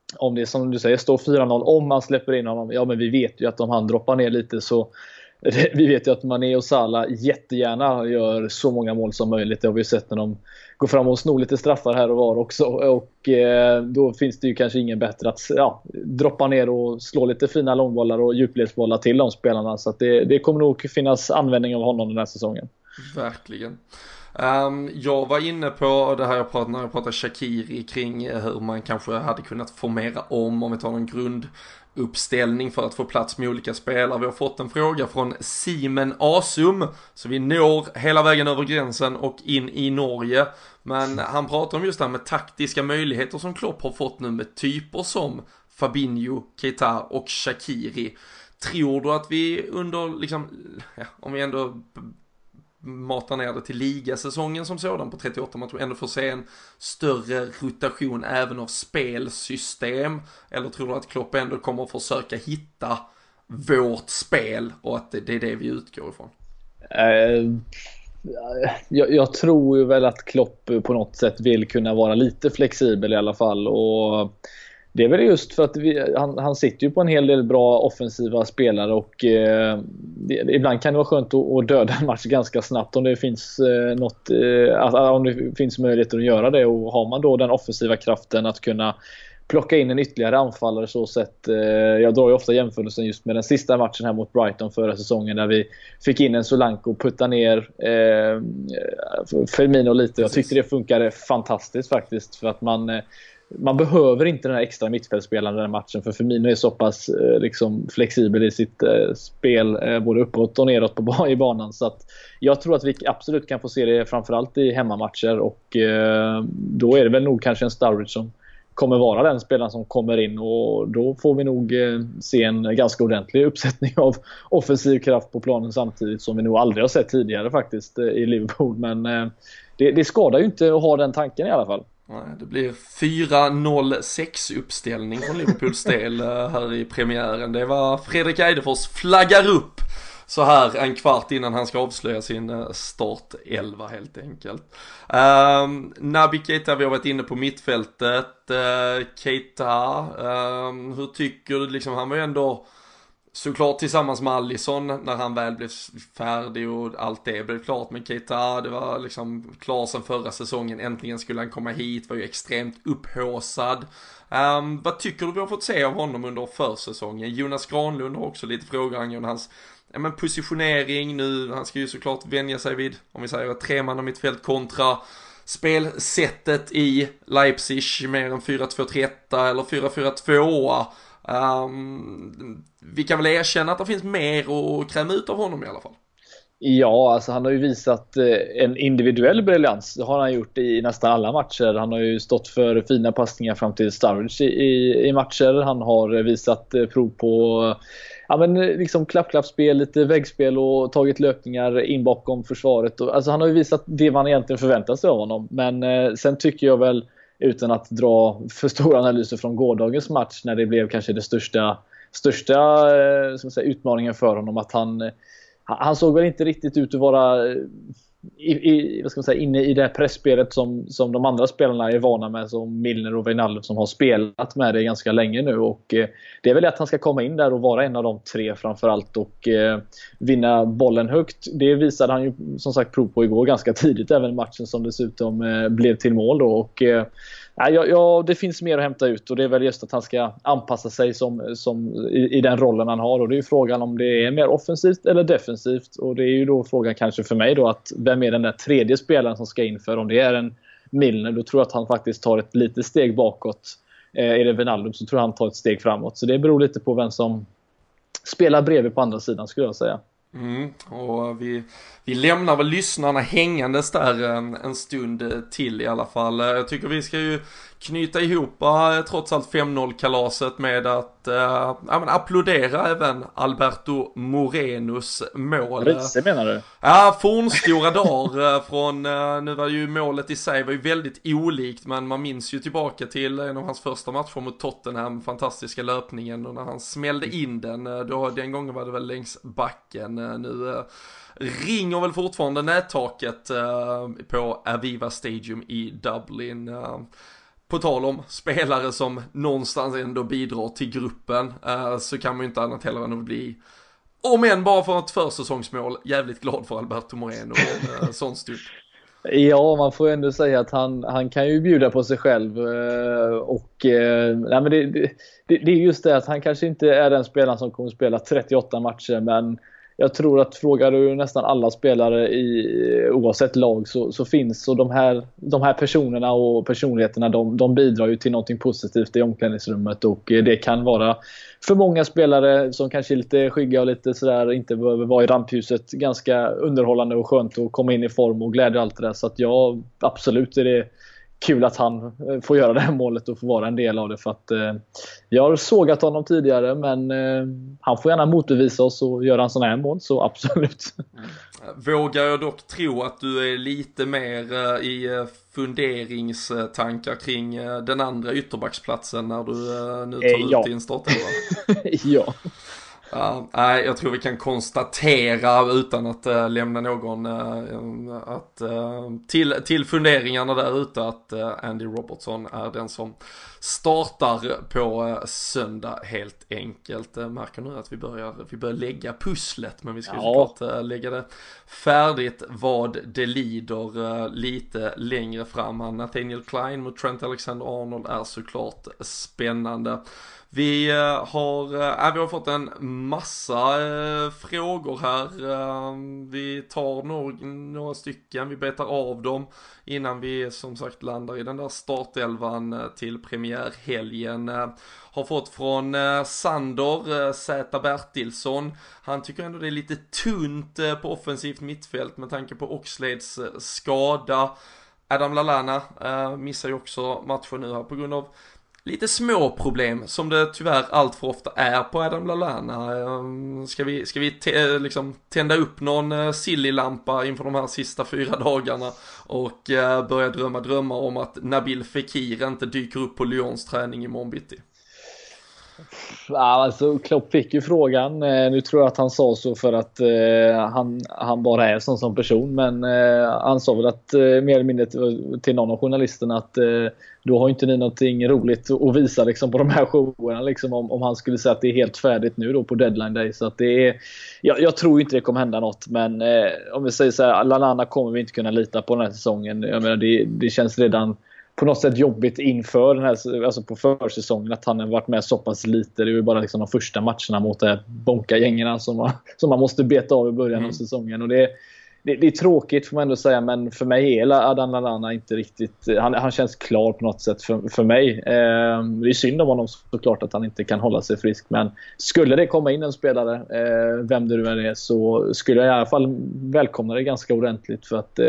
om det som du säger står 4-0, om man släpper in honom, ja men vi vet ju att om han droppar ner lite så vi vet ju att Mané och Salah jättegärna gör så många mål som möjligt. Det har vi sett när de går fram och snor lite straffar här och var också. Och då finns det ju kanske ingen bättre att droppa ner och slå lite fina långbollar och djupledsbollar till de spelarna. Så att det kommer nog finnas användning av honom den här säsongen. Verkligen. Jag var inne på det här när jag pratade Shaqiri kring hur man kanske hade kunnat formera om vi tar en grunduppställning för att få plats med olika spelare. Vi har fått en fråga från Simen Asum, så vi når hela vägen över gränsen och in i Norge. Men han pratar om just det här med taktiska möjligheter som Klopp har fått nu med typer som Fabinho, Keita och Shaqiri. Tror du att vi under, liksom, om vi ändå matar ner det till ligasäsongen som sådan på 38 matcher, ändå får se en större rotation även av spelsystem? Eller tror du att Klopp ändå kommer att försöka hitta vårt spel och att det är det vi utgår ifrån? Jag tror ju väl att Klopp på något sätt vill kunna vara lite flexibel i alla fall, och det är väl just för att han sitter ju på en hel del bra offensiva spelare, och ibland kan det vara skönt att döda en match ganska snabbt om det finns om det finns möjligheter att göra det, och har man då den offensiva kraften att kunna plocka in en ytterligare anfallare så sett. Jag drar ju ofta jämförelsen just med den sista matchen här mot Brighton förra säsongen, där vi fick in en Solanke och putta ner Firmino lite. Jag tyckte det funkade fantastiskt faktiskt, för att man behöver inte den här extra mittfältspelaren i den matchen, för Firmino är så pass liksom flexibel i sitt spel både uppåt och neråt i banan. Så att jag tror att vi absolut kan få se det framförallt i hemmamatcher, och då är det väl nog kanske en Sturridge som kommer vara den spelaren som kommer in, och då får vi nog se en ganska ordentlig uppsättning av offensiv kraft på planen samtidigt, som vi nog aldrig har sett tidigare faktiskt i Liverpool. Men det skadar ju inte att ha den tanken i alla fall. Nej, det blir 4-0-6 uppställning från Liverpools del här i premiären. Det var Fredrik Eidefors flaggar upp så här en kvart innan han ska avslöja sin startelva helt enkelt. Naby Keita, vi har varit inne på mittfältet. Keita, hur tycker du, liksom, han var ju ändå såklart tillsammans med Alisson när han väl blev färdig och allt det blev klart med Keita. Det var liksom klar sen förra säsongen. Äntligen skulle han komma hit. Var ju extremt upphåsad. Vad tycker du vi har fått se av honom under försäsongen? Jonas Granlund har också lite frågor angående hans positionering nu. Han ska ju såklart vänja sig vid, om vi säger, ett tremanna mittfält kontra spelsättet i Leipzig, mer än 4-2-3-1 eller 4-4-2. Vi kan väl erkänna att det finns mer att kräma ut av honom i alla fall. Ja, alltså han har ju visat en individuell briljans. Det har han gjort i nästan alla matcher. Han har ju stått för fina passningar fram till Sturridge i matcher. Han har visat prov på liksom klappspel, lite väggspel och tagit löpningar in bakom försvaret. Alltså han har ju visat det man egentligen förväntar sig av honom. Men sen tycker jag väl, utan att dra för stora analyser från gårdagens match när det blev kanske det största som säga, utmaningen för honom, att han såg väl inte riktigt ut att vara vad ska man säga, inne i det pressspelet som de andra spelarna är vana med, som Milner och Wijnaldum, som har spelat med det ganska länge nu. Och det är väl att han ska komma in där och vara en av de tre framförallt och vinna bollen högt. Det visade han ju som sagt prov på igår ganska tidigt, även i matchen som dessutom blev till mål då. Och det finns mer att hämta ut, och det är väl just att han ska anpassa sig i den rollen han har, och det är ju frågan om det är mer offensivt eller defensivt. Och det är ju då frågan kanske för mig då, att vem är den där tredje spelaren som ska in, för om det är en Milner, då tror jag att han faktiskt tar ett litet steg bakåt. Är det Wijnaldum så tror jag han tar ett steg framåt. Så det beror lite på vem som spelar bredvid på andra sidan, skulle jag säga. Och vi lämnar väl lyssnarna hängandes där en stund till i alla fall. Jag tycker vi ska ju knyta ihop trots allt 5-0-kalaset med att applådera även Alberto Morenos mål. Ritze menar du? Ja, fornstora dagar från, nu var ju målet i sig var ju väldigt olikt, men man minns ju tillbaka till en av hans första matcher mot Tottenham, fantastiska löpningen, och när han smällde in den, då den gången var det väl längs backen. Nu ringer väl fortfarande nättaket på Aviva Stadium i Dublin. på tal om spelare som någonstans ändå bidrar till gruppen, så kan man ju inte annat heller än att bli, om än bara för ett försäsongsmål, jävligt glad för Alberto Moreno en sån stund. Ja, man får ändå säga att han kan ju bjuda på sig själv, och nej, men det är just det att han kanske inte är den spelaren som kommer att spela 38 matcher, men jag tror att frågar du nästan alla spelare oavsett lag så finns så de här personerna och personligheterna, de bidrar ju till någonting positivt i omklädningsrummet, och det kan vara för många spelare som kanske är lite skygga och lite sådär, inte behöver vara i rampljuset, ganska underhållande och skönt att komma in i form och glädja allt det där. Så att ja, absolut är det kul att han får göra det här målet och få vara en del av det, för att jag har sågat honom tidigare, men han får gärna motbevisa oss och göra en sån här mål, så absolut. Vågar jag dock tro att du är lite mer i funderingstankar kring den andra ytterbacksplatsen när du nu tar ut din startelva? Ja. Nej, jag tror vi kan konstatera utan att lämna någon till funderingarna där ute att Andy Robertson är den som startar på söndag helt enkelt. Märker nu att vi börjar lägga pusslet, men vi ska såklart lägga det färdigt vad det lider lite längre fram. Nathaniel Klein mot Trent Alexander-Arnold är såklart spännande. Vi har fått en massa frågor här. Vi tar några stycken, vi betar av dem innan vi som sagt landar i den där startelvan till premiärhelgen. Har fått från Sander Z. Bertilsson. Han tycker ändå det är lite tunt på offensivt mittfält med tanke på Oxlades skada. Adam Lallana missar ju också matchen nu här på grund av lite små problem som det tyvärr allt för ofta är på Adam Lallana. Ska vi liksom tända upp någon silly-lampa inför de här sista 4 dagarna och börja drömma om att Nabil Fekir inte dyker upp på Lyons träning imorgon bitti? Ja, alltså Klopp fick ju frågan. Nu tror jag att han sa så för att han bara är sån som person, men han sa väl att mer eller mindre till någon av journalisterna att då har inte ni någonting roligt att visa liksom, på de här showerna liksom, om han skulle säga att det är helt färdigt nu då på deadline day. Så att det är, jag tror inte det kommer hända något, men om vi säger så här, Lallana kommer vi inte kunna lita på den här säsongen. Jag menar, det känns redan på något sätt jobbigt inför den här, alltså på försäsongen, att han har varit med så pass lite. Det är ju bara liksom de första matcherna mot de här bonka-gängerna som man måste beta av i början av säsongen. Och det är tråkigt får man ändå säga, men för mig är Adam Lallana inte riktigt, han känns klar på något sätt för mig. Det är synd om honom såklart att han inte kan hålla sig frisk, men skulle det komma in en spelare, vem det nu är, så skulle jag i alla fall välkomna det ganska ordentligt, för att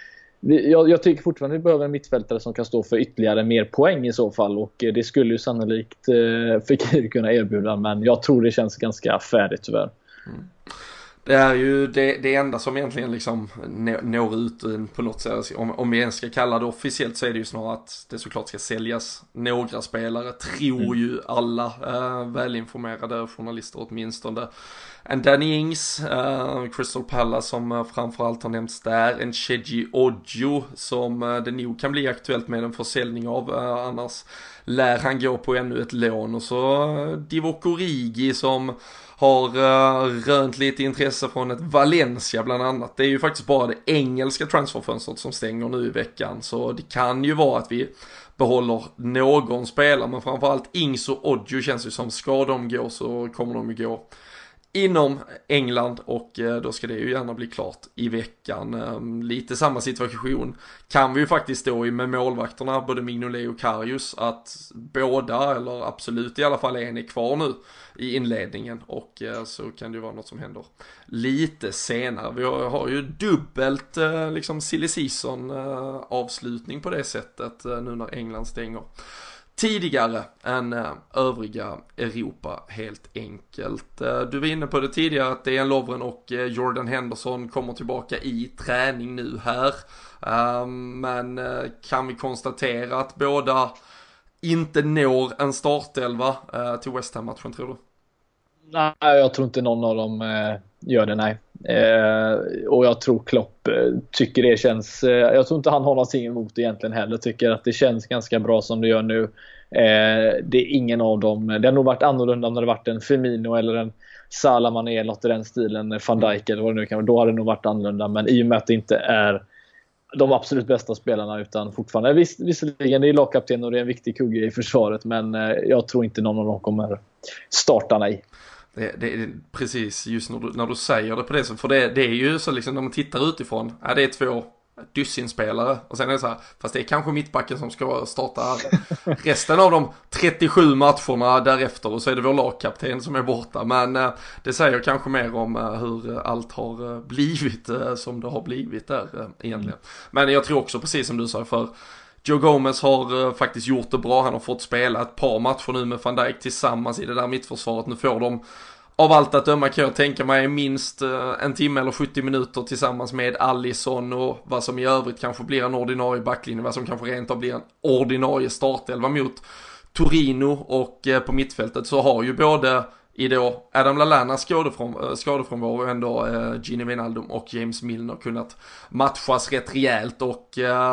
jag tycker fortfarande att vi behöver en mittfältare som kan stå för ytterligare mer poäng i så fall, och det skulle ju sannolikt Fekir kunna erbjuda, men jag tror det känns ganska färdigt tyvärr. Det är ju det enda som egentligen liksom når ut på något sätt. Om vi ens ska kalla det officiellt, så är det ju snarare att det såklart ska säljas några spelare, tror ju alla välinformerade journalister åtminstone. En Danny Ings, Crystal Palace som framförallt har nämnts där. En Chedji Ojo som det nog kan bli aktuellt med en försäljning av, annars lär han gå på ännu ett lån. Och så Divock Origi som har rönt lite intresse från ett Valencia bland annat. Det är ju faktiskt bara det engelska transferfönstret som stänger nu i veckan, så det kan ju vara att vi behåller någon spelare, men framförallt Ings och Ojo känns ju som, ska de gå så kommer de ju gå inom England, och då ska det ju gärna bli klart i veckan. Lite samma situation kan vi ju faktiskt stå i med målvakterna, både Mignolet och Karius, att båda, eller absolut i alla fall en, är kvar nu i inledningen, och så kan det ju vara något som händer lite senare. Vi har ju dubbelt liksom silly season avslutning på det sättet nu när England stänger tidigare än övriga Europa helt enkelt. Du var inne på det tidigare att Dejan Lovren och Jordan Henderson kommer tillbaka i träning nu här. Men kan vi konstatera att båda inte når en startelva till West Ham-matchen, tror du? Nej, jag tror inte någon av dem gör det, nej. Och jag tror Klopp tycker det känns, jag tror inte han har någonting emot det egentligen heller, tycker att det känns ganska bra som det gör nu. Det är ingen av dem, det har nog varit annorlunda om det hade varit en Firmino eller en Salah, Mané eller något i den stilen, Van Dijk eller vad det nu kan vara, då hade det nog varit annorlunda. Men i och med att det inte är de absolut bästa spelarna utan fortfarande, visserligen det är lagkapten och det är en viktig kugge i försvaret, men jag tror inte någon av dem kommer starta, nej. Det är precis just när du säger det på det, för det är ju så liksom när man tittar utifrån, det är 2 dussinspelare och sen är det så här, fast det är kanske mittbacken som ska starta resten av de 37 matcherna därefter, och så är det vår lagkapten som är borta, men det säger kanske mer om hur allt har blivit som det har blivit där egentligen. Men jag tror också precis som du sa, för Joe Gomez har faktiskt gjort det bra. Han har fått spela ett par matcher nu med Van Dijk tillsammans i det där mittförsvaret. Nu får de av allt att döma, kan jag tänka mig, minst en timme eller 70 minuter tillsammans med Alisson, och vad som i övrigt kanske blir en ordinarie backlinje, vad som kanske rent av blir en ordinarie startelva mot Torino. Och på mittfältet så har ju både i då Adam Lallanas skadefrånvaro ändå Gini Wijnaldum och James Milner kunnat matchas rätt rejält, och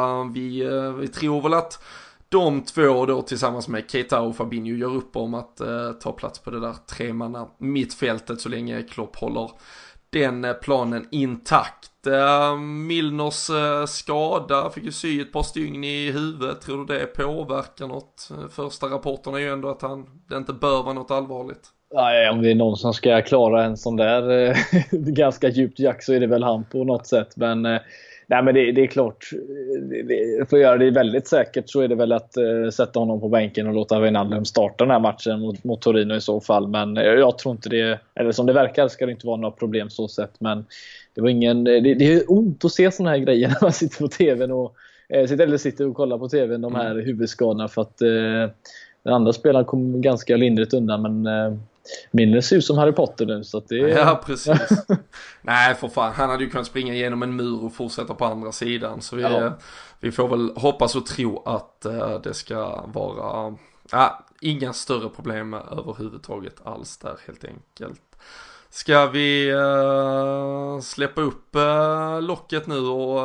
vi tror väl att de 2 då tillsammans med Keita och Fabinho gör upp om att ta plats på det där 3-manna mittfältet så länge Klopp håller den planen intakt. Milners skada, fick ju sy ett par stygn i huvudet. Tror du det påverkar något? Första rapporterna är ju ändå att det inte bör vara något allvarligt. Nej, om det är någon som ska klara en sån där ganska djupt jack så är det väl han på något sätt. Men, nej, men det är klart, för att göra det väldigt säkert så är det väl att sätta honom på bänken och låta Wijnaldum starta den här matchen mot Torino i så fall. Men jag tror inte det, eller som det verkar ska det inte vara några problem så sett. Men det var ingen, det är ont att se såna här grejer när man sitter på tvn och sitter och kollar på tvn, de här huvudskadorna, för att den andra spelaren kom ganska lindrigt undan, men Milner ser ut som Harry Potter nu, så att det... Ja, precis. Nej, för fan, han hade ju kunnat springa igenom en mur och fortsätta på andra sidan, så vi får väl hoppas och tro att det ska vara inga större problem överhuvudtaget alls där, helt enkelt. Ska vi släppa upp locket nu och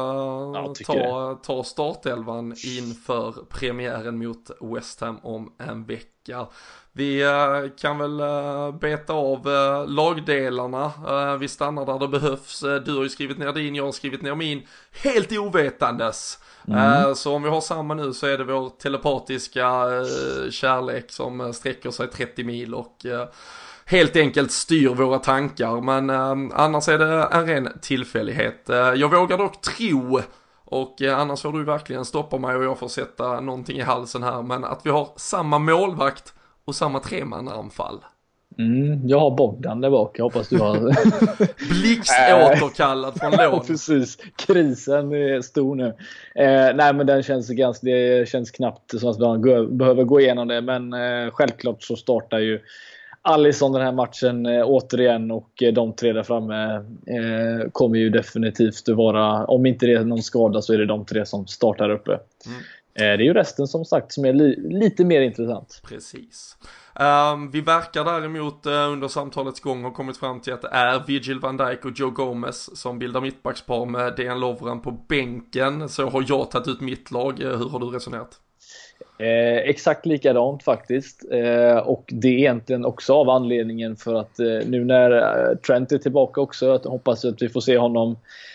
ta startelvan inför premiären mot West Ham om en vecka? Vi kan väl beta av lagdelarna. Vi stannar där det behövs. Du har ju skrivit ner din, jag har skrivit ner min. Helt ovetandes. Så om vi har samma nu så är det vår telepatiska kärlek som sträcker sig 30 mil och helt enkelt styr våra tankar. Men annars är det en ren tillfällighet. Jag vågar dock tro, och annars får du verkligen stoppa mig och jag får sätta någonting i halsen här, men att vi har samma målvakt och samma tremananfall. Jag har Bogdan där bak. Jag hoppas du har Blixt återkallad från lån. Precis, krisen är stor nu. Nej, men det känns knappt som att man behöver gå igenom det. Men självklart så startar ju Alisson den här matchen återigen, och de 3 där framme kommer ju definitivt vara, om inte det är någon skada så är det de 3 som startar uppe. Det är ju resten som sagt som är lite mer intressant. Precis. Vi verkar däremot under samtalets gång har kommit fram till att det är Virgil van Dijk och Joe Gomez som bildar mittbackspar med Dejan Lovren på bänken. Så har jag tagit ut mitt lag. Hur har du resonerat? Exakt likadant faktiskt, och det är egentligen också av anledningen för att nu när Trent är tillbaka också, jag hoppas att vi får se honom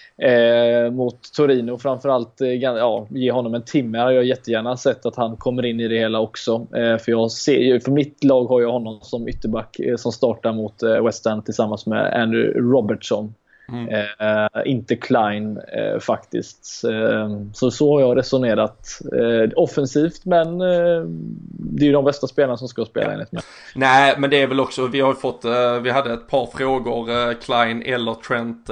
mot Torino framförallt, ge honom en timme. Jag har jättegärna sett att han kommer in i det hela också, för jag ser ju, för mitt lag har jag honom som ytterback som startar mot West Ham tillsammans med Andrew Robertson. Inte Klein faktiskt, så har jag resonerat offensivt, men det är ju de bästa spelarna som ska spela enligt mig. Nej, men det är väl också, vi har fått vi hade ett par frågor, Klein eller Trent,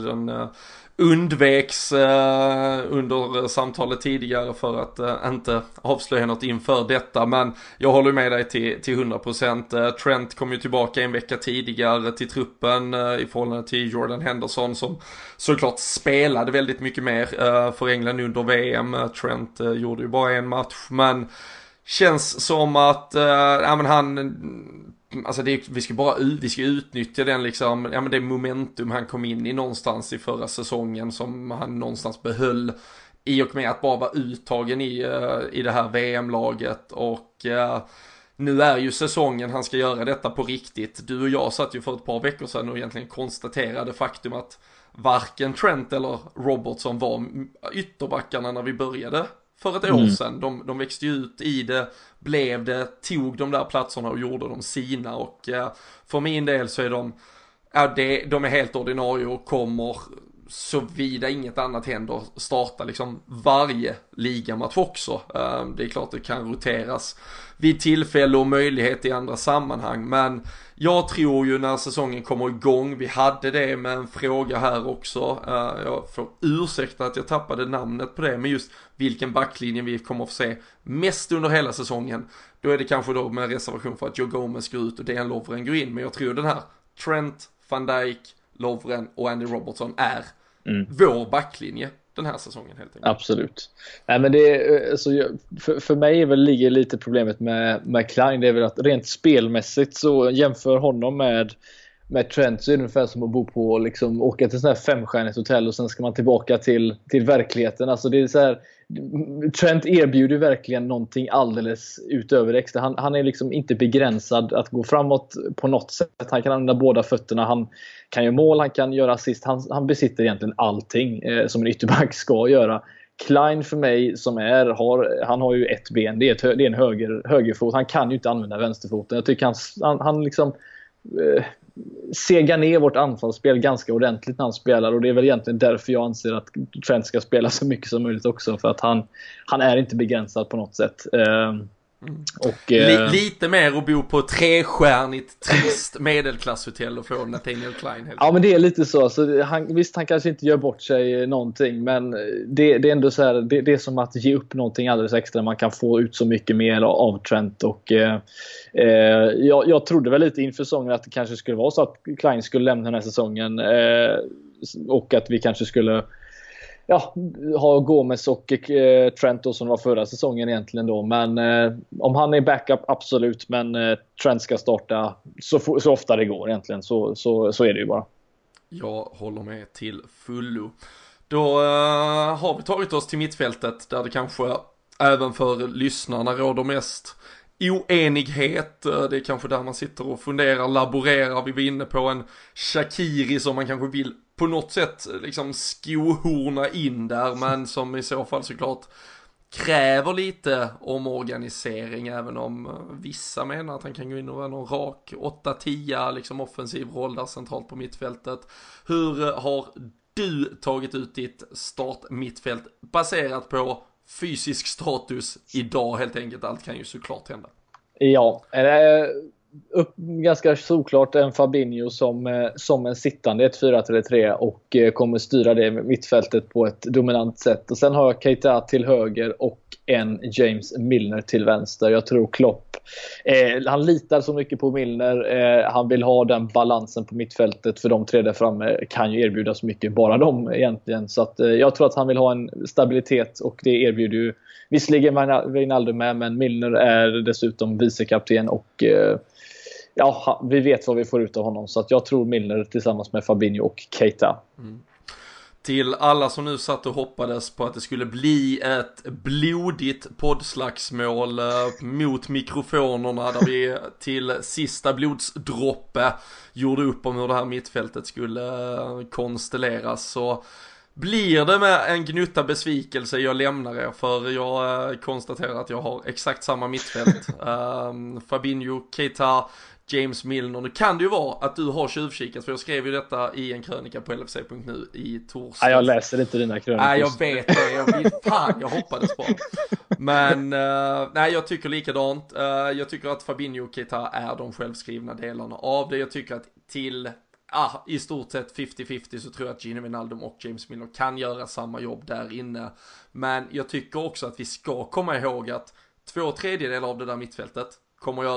undveks under samtalet tidigare för att inte avslöja något inför detta, men jag håller med dig till 100%. Trent kom ju tillbaka en vecka tidigare till truppen i förhållande till Jordan Henderson, som såklart spelade väldigt mycket mer för England under VM. Trent gjorde ju bara en match, men känns som att han alltså vi ska utnyttja den liksom, ja men det momentum han kom in i någonstans i förra säsongen som han någonstans behöll i och med att bara vara uttagen i det här VM-laget och nu är ju säsongen han ska göra detta på riktigt. Du och jag satt ju för ett par veckor sedan och egentligen konstaterade faktum att varken Trent eller Robertson var ytterbackarna när vi började för ett år sedan. De växte ju ut i det, blev det, tog de där platserna och gjorde de sina och för min del så är de är helt ordinarie och kommer såvida inget annat händer starta liksom varje ligamatch också. Det är klart det kan roteras vid tillfälle och möjlighet i andra sammanhang, men jag tror ju när säsongen kommer igång, vi hade det med en fråga här också, jag får ursäkta att jag tappade namnet på det, men just vilken backlinje vi kommer att få se mest under hela säsongen, då är det kanske då med reservation för att Joe Gomez går ut och Dejan Lovren går in, men jag tror den här Trent, Van Dijk, Lovren och Andy Robertson är vår backlinje den här säsongen helt enkelt. Absolut. Nej, men så för mig ligger lite problemet med Klein, det är väl att rent spelmässigt så jämför honom med Trent så är det ungefär som att bo på liksom, åka till sån här 5-stjärnigt hotell och sen ska man tillbaka till verkligheten. Alltså det är så här, Trent erbjuder verkligen någonting alldeles utöver det extra. Han är liksom inte begränsad att gå framåt på något sätt. Han kan använda båda fötterna, han kan göra mål, han kan göra assist. Han besitter egentligen allting som en ytterback ska göra. Klein för mig som han har ju ett ben, det är en högerfot. Han kan ju inte använda vänsterfoten. Jag tycker han liksom segar ner vårt anfallsspel ganska ordentligt när han spelar, och det är väl egentligen därför jag anser att Trent ska spela så mycket som möjligt också, för att han är inte begränsad på något sätt. Och, lite mer att bo på 3-stjärnigt trist medelklasshotell och få Nathaniel Klein. Ja, men det är lite så. Visst, han kanske inte gör bort sig någonting, men det är ändå så här, det är som att ge upp någonting alldeles extra. Man kan få ut så mycket mer av Trent, och jag trodde väl lite inför säsongen att det kanske skulle vara så att Klein skulle lämna den här säsongen, och att vi kanske skulle ha Gomez och Trent då, som var förra säsongen egentligen då. Men om han är backup, absolut. Men Trent ska starta så ofta det går egentligen. Så är det ju bara. Jag håller med till fullo. Då har vi tagit oss till mittfältet, där det kanske även för lyssnarna råder mest oenighet. Det är kanske där man sitter och funderar, laborerar. Vi var inne på en Shaqiri som man kanske vill på något sätt liksom skohorna in där, men som i så fall såklart kräver lite omorganisering, även om vissa menar att han kan gå in och vara någon rak 8-10 liksom offensiv roll där centralt på mittfältet. Hur har du tagit ut ditt startmittfält baserat på fysisk status idag helt enkelt? Allt kan ju såklart hända. Ja, ganska såklart en Fabinho som en sittande ett 4-3-3 och kommer styra det mittfältet på ett dominant sätt. Och sen har jag Keita till höger och en James Milner till vänster. Jag tror Klopp han litar så mycket på Milner. Han vill ha den balansen på mittfältet, för de tre där framme kan ju erbjuda så mycket, bara de egentligen. Så att jag tror att han vill ha en stabilitet, och det erbjuder ju visserligen Wijnaldum med, men Milner är dessutom vicekapten och vi vet vad vi får ut av honom. Så att jag tror Milner tillsammans med Fabinho och Keita. Till alla som nu satt och hoppades på att det skulle bli ett blodigt poddslagsmål mot mikrofonerna, där vi till sista blodsdroppe gjorde upp om hur det här mittfältet skulle konstelleras, så blir det med en gnutta besvikelse jag lämnar er, för jag konstaterar att jag har exakt samma mittfält. Fabinho, Keita, James Milner. Nu kan det ju vara att du har tjuvkikat, för jag skrev ju detta i en krönika på LFC.nu i torsdags. Nej, jag läser inte dina krönikor. Nej, jag vet det. Jag hoppades på. Men nej, jag tycker likadant. Jag tycker att Fabinho och Keita är de självskrivna delarna av det. Jag tycker att till i stort sett 50-50 så tror jag att Gini Wijnaldum och James Milner kan göra samma jobb där inne. Men jag tycker också att vi ska komma ihåg att 2/3 av det där mittfältet kommer att göra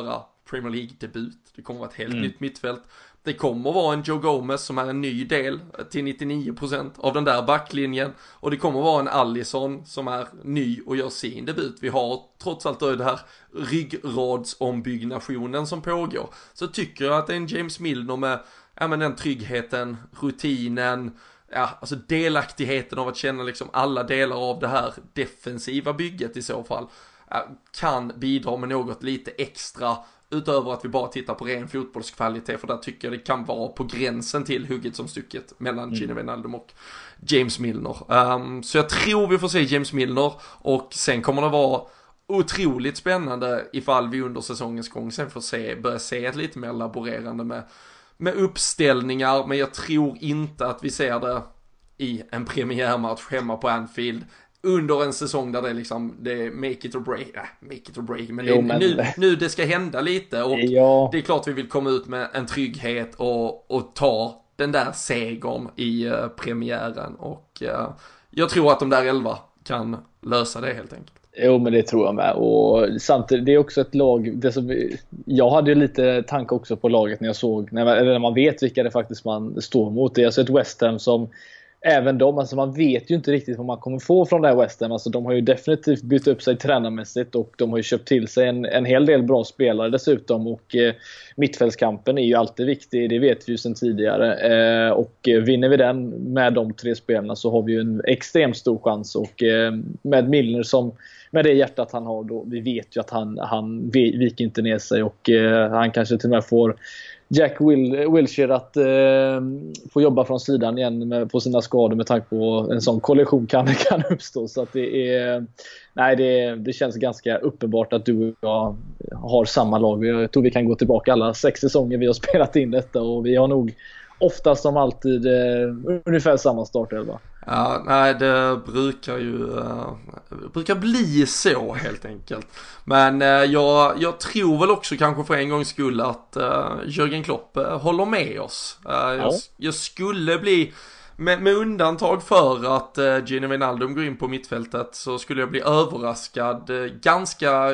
Premier League-debut. Det kommer vara ett helt nytt mittfält. Det kommer vara en Joe Gomez som är en ny del till 99% av den där backlinjen. Och det kommer vara en Alisson som är ny och gör sin debut. Vi har trots allt då det här ryggradsombyggnationen som pågår. Så tycker jag att det är en James Milner med den tryggheten, rutinen, alltså delaktigheten av att känna liksom alla delar av det här defensiva bygget i så fall, kan bidra med något lite extra utöver att vi bara tittar på ren fotbollskvalitet, för där tycker jag det kan vara på gränsen till hugget som stycket mellan Gini Wijnaldum och James Milner. Så jag tror vi får se James Milner, och sen kommer det vara otroligt spännande ifall vi under säsongens gång sen får börja se ett lite mer laborerande med uppställningar, men jag tror inte att vi ser det i en premiärmatch hemma på Anfield under en säsong där det är make it or break, men det är nu det ska hända lite, och det är klart vi vill komma ut med en trygghet och ta den där segern i premiären, och jag tror att de där 11 kan lösa det helt enkelt. Jo, men det tror jag med. Och samtidigt, det är också ett lag, jag hade ju lite tanke också på laget när jag såg, när man vet vilka det faktiskt man står mot. Det är alltså ett West Ham som, även de, alltså man vet ju inte riktigt vad man kommer få från det här West Ham. Alltså de har ju definitivt bytt upp sig tränarmässigt, och de har ju köpt till sig en hel del bra spelare dessutom, och mittfältskampen är ju alltid viktig, det vet vi ju sedan tidigare, och vinner vi den med de 3 spelarna så har vi ju en extremt stor chans, och med Milner som, med det hjärtat han har då, vi vet ju att han viker inte ner sig, och han kanske till och med får Jack Wilshere att få jobba från sidan igen på sina skador, med tanke på en sån kollision kan uppstå. Så att det känns ganska uppenbart att du och jag har samma lag. Jag tror vi kan gå tillbaka alla 6 säsonger vi har spelat in detta, och vi har nog oftast som alltid ungefär samma startelva. Ja, nej, det brukar bli så helt enkelt. Men jag tror väl också kanske för en gångs skull att Jürgen Klopp håller med oss. Jag skulle bli, med undantag för att Gini Wijnaldum går in på mittfältet, så skulle jag bli överraskad, ganska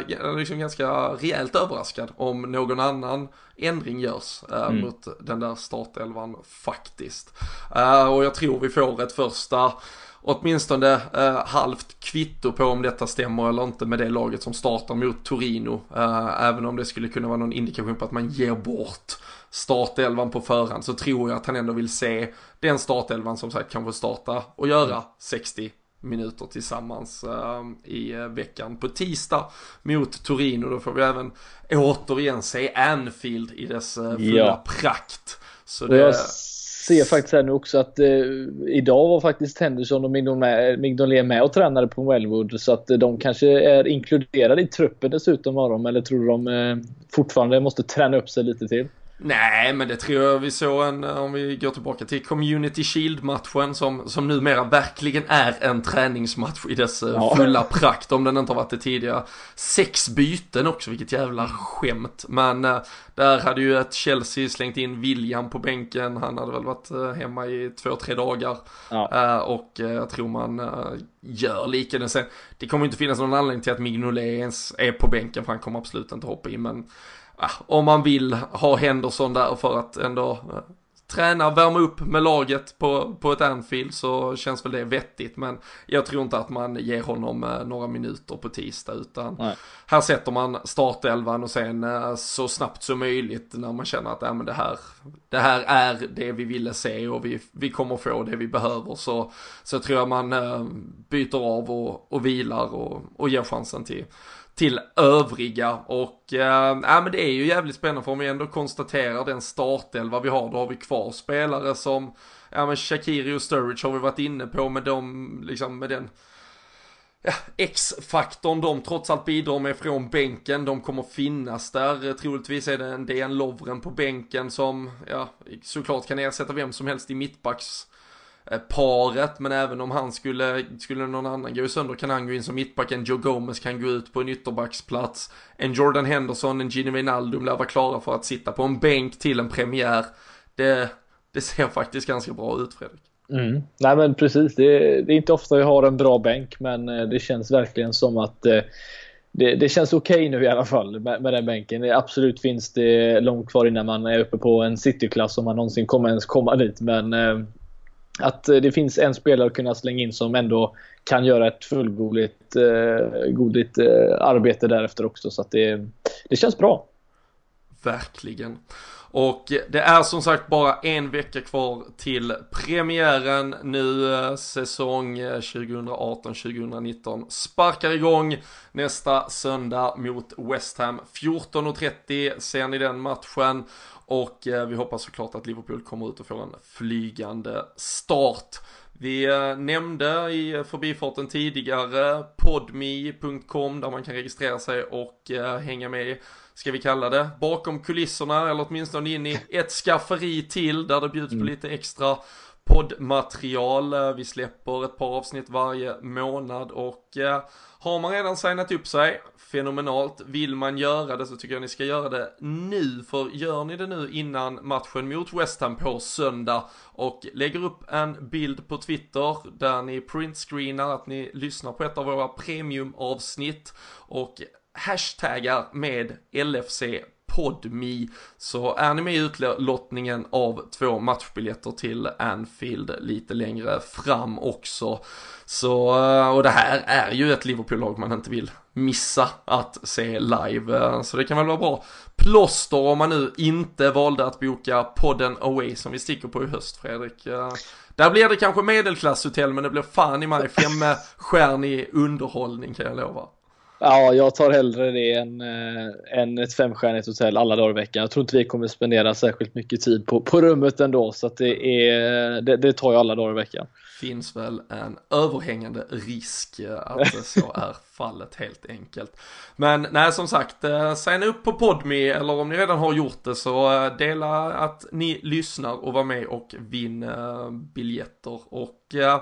rejält överraskad om någon annan ändring görs mot den där startelvan faktiskt. Och jag tror vi får ett första, åtminstone halvt kvitto på om detta stämmer eller inte med det laget som startar mot Torino, även om det skulle kunna vara någon indikation på att man ger bort startelvan på förhand, så tror jag att han ändå vill se den startelvan som sagt kan få starta och göra 60 minuter tillsammans i veckan på tisdag mot Torino. Då får vi även återigen se Anfield i dess fulla prakt. Så det... Jag ser faktiskt här nu också att idag var faktiskt Henderson och Mignolet med och tränade på Wellwood, så att de kanske är inkluderade i truppen dessutom imorgon, eller tror de fortfarande måste träna upp sig lite till? Nej, men det tror jag vi såg om vi går tillbaka till Community Shield-matchen som numera verkligen är en träningsmatch i dess fulla prakt, om den inte har varit det tidigare. 6 byten också, vilket jävla skämt. Men där hade ju ett Chelsea slängt in William på bänken. Han hade väl varit hemma i 2-3 dagar. Och jag tror man gör likadant. Sen, det kommer inte finnas någon anledning till att Mignolet ens är på bänken, för han kommer absolut inte hoppa in, men om man vill ha Henderson där för att ändå träna, värma upp med laget på ett Anfield, så känns väl det vettigt. Men jag tror inte att man ger honom några minuter på tisdag, utan här sätter man startelvan och sen så snabbt som möjligt när man känner att men det här är det vi ville se och vi kommer få det vi behöver, så tror jag man byter av och vilar och ger chansen till övriga. Och men det är ju jävligt spännande, för om vi ändå konstaterar den startelva vi har, då har vi kvar spelare som men Shaqiri och Sturridge har vi varit inne på, med dem liksom, med den X-faktorn de trots allt bidrar med från bänken. De kommer finnas där. Troligtvis är det en DN Lovren på bänken som såklart kan ersätta vem som helst i mittbacks paret, men även om han skulle någon annan gå sönder, kan han gå in som mittback. En Joe Gomez kan gå ut på en ytterbacksplats. En Jordan Henderson, en Gini Wijnaldum lär vara klara för att sitta på en bänk till en premiär. Det ser faktiskt ganska bra ut, Fredrik. Nej, men precis, det är inte ofta vi har en bra bänk, men det känns verkligen som att det känns okej nu i alla fall med den bänken. Absolut finns det långt kvar innan man är uppe på en City-klass om man någonsin kommer ens komma dit. Men att det finns en spelare att kunna slänga in som ändå kan göra ett fullgodigt arbete därefter också. Så att det känns bra. Verkligen. Och det är som sagt bara en vecka kvar till premiären. Nu säsong 2018-2019 sparkar igång nästa söndag mot West Ham. 14:30 ser ni den matchen. Och vi hoppas såklart att Liverpool kommer ut och får en flygande start. Vi nämnde i förbifarten tidigare podme.com där man kan registrera sig och hänga med, ska vi kalla det, bakom kulisserna eller åtminstone in i ett skafferi till där det bjuds på lite extra poddmaterial. Vi släpper ett par avsnitt varje månad och har man redan signat upp sig, fenomenalt. Vill man göra det så tycker jag ni ska göra det nu, för gör ni det nu innan matchen mot West Ham på söndag och lägger upp en bild på Twitter där ni printscreenar att ni lyssnar på ett av våra premiumavsnitt och hashtaggar med LFC Podme, så är ni med i utlottningen av 2 matchbiljetter till Anfield lite längre fram också. Så, och det här är ju ett Liverpool-lag man inte vill missa att se live, så det kan väl vara bra plåster om man nu inte valde att boka podden away som vi sticker på i höst, Fredrik. Där blir det kanske medelklasshotell, men det blir fan i mig 5-stjärnig underhållning, kan jag lova. Ja, jag tar hellre det än ett 5-stjärnigt hotell alla dagar i veckan. Jag tror inte vi kommer spendera särskilt mycket tid på rummet ändå, så att det tar jag alla dagar i veckan. Finns väl en överhängande risk att så är fallet, helt enkelt. Men nej, som sagt, signa upp på Podme, eller om ni redan har gjort det så dela att ni lyssnar och var med och vinn biljetter. Och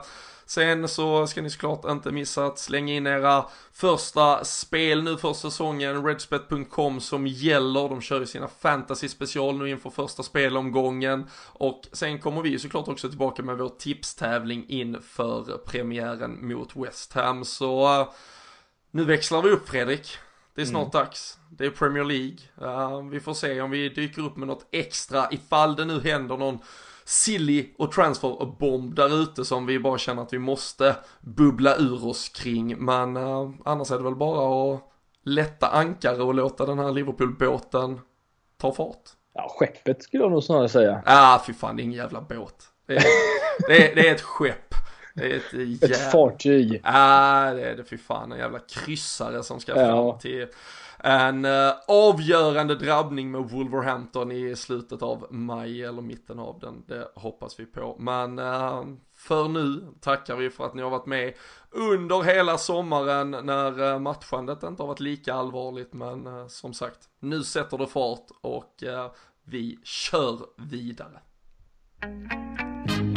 sen så ska ni såklart inte missa att slänga in era första spel nu för säsongen. Redspet.com som gäller, de kör ju sina fantasy special nu inför första spelomgången. Och sen kommer vi ju såklart också tillbaka med vår tipstävling inför premiären mot West Ham. Så nu växlar vi upp, Fredrik. Det är snart dags. Det är Premier League. Vi får se om vi dyker upp med något extra ifall det nu händer någon silly och transferbomb där ute som vi bara känner att vi måste bubbla ur oss kring. Men annars är det väl bara att lätta ankare och låta den här Liverpool-båten ta fart. Ja, skeppet skulle jag nog snarare säga. Fy fan, det är ingen jävla båt. Det är ett skepp. Det är ett fartyg. Det är det, fy fan, en jävla kryssare som ska fram till en avgörande drabbning med Wolverhampton i slutet av maj eller mitten av den. Det hoppas vi på. Men för nu tackar vi för att ni har varit med under hela sommaren när matchandet inte har varit lika allvarligt. Men som sagt, nu sätter det fart och vi kör vidare.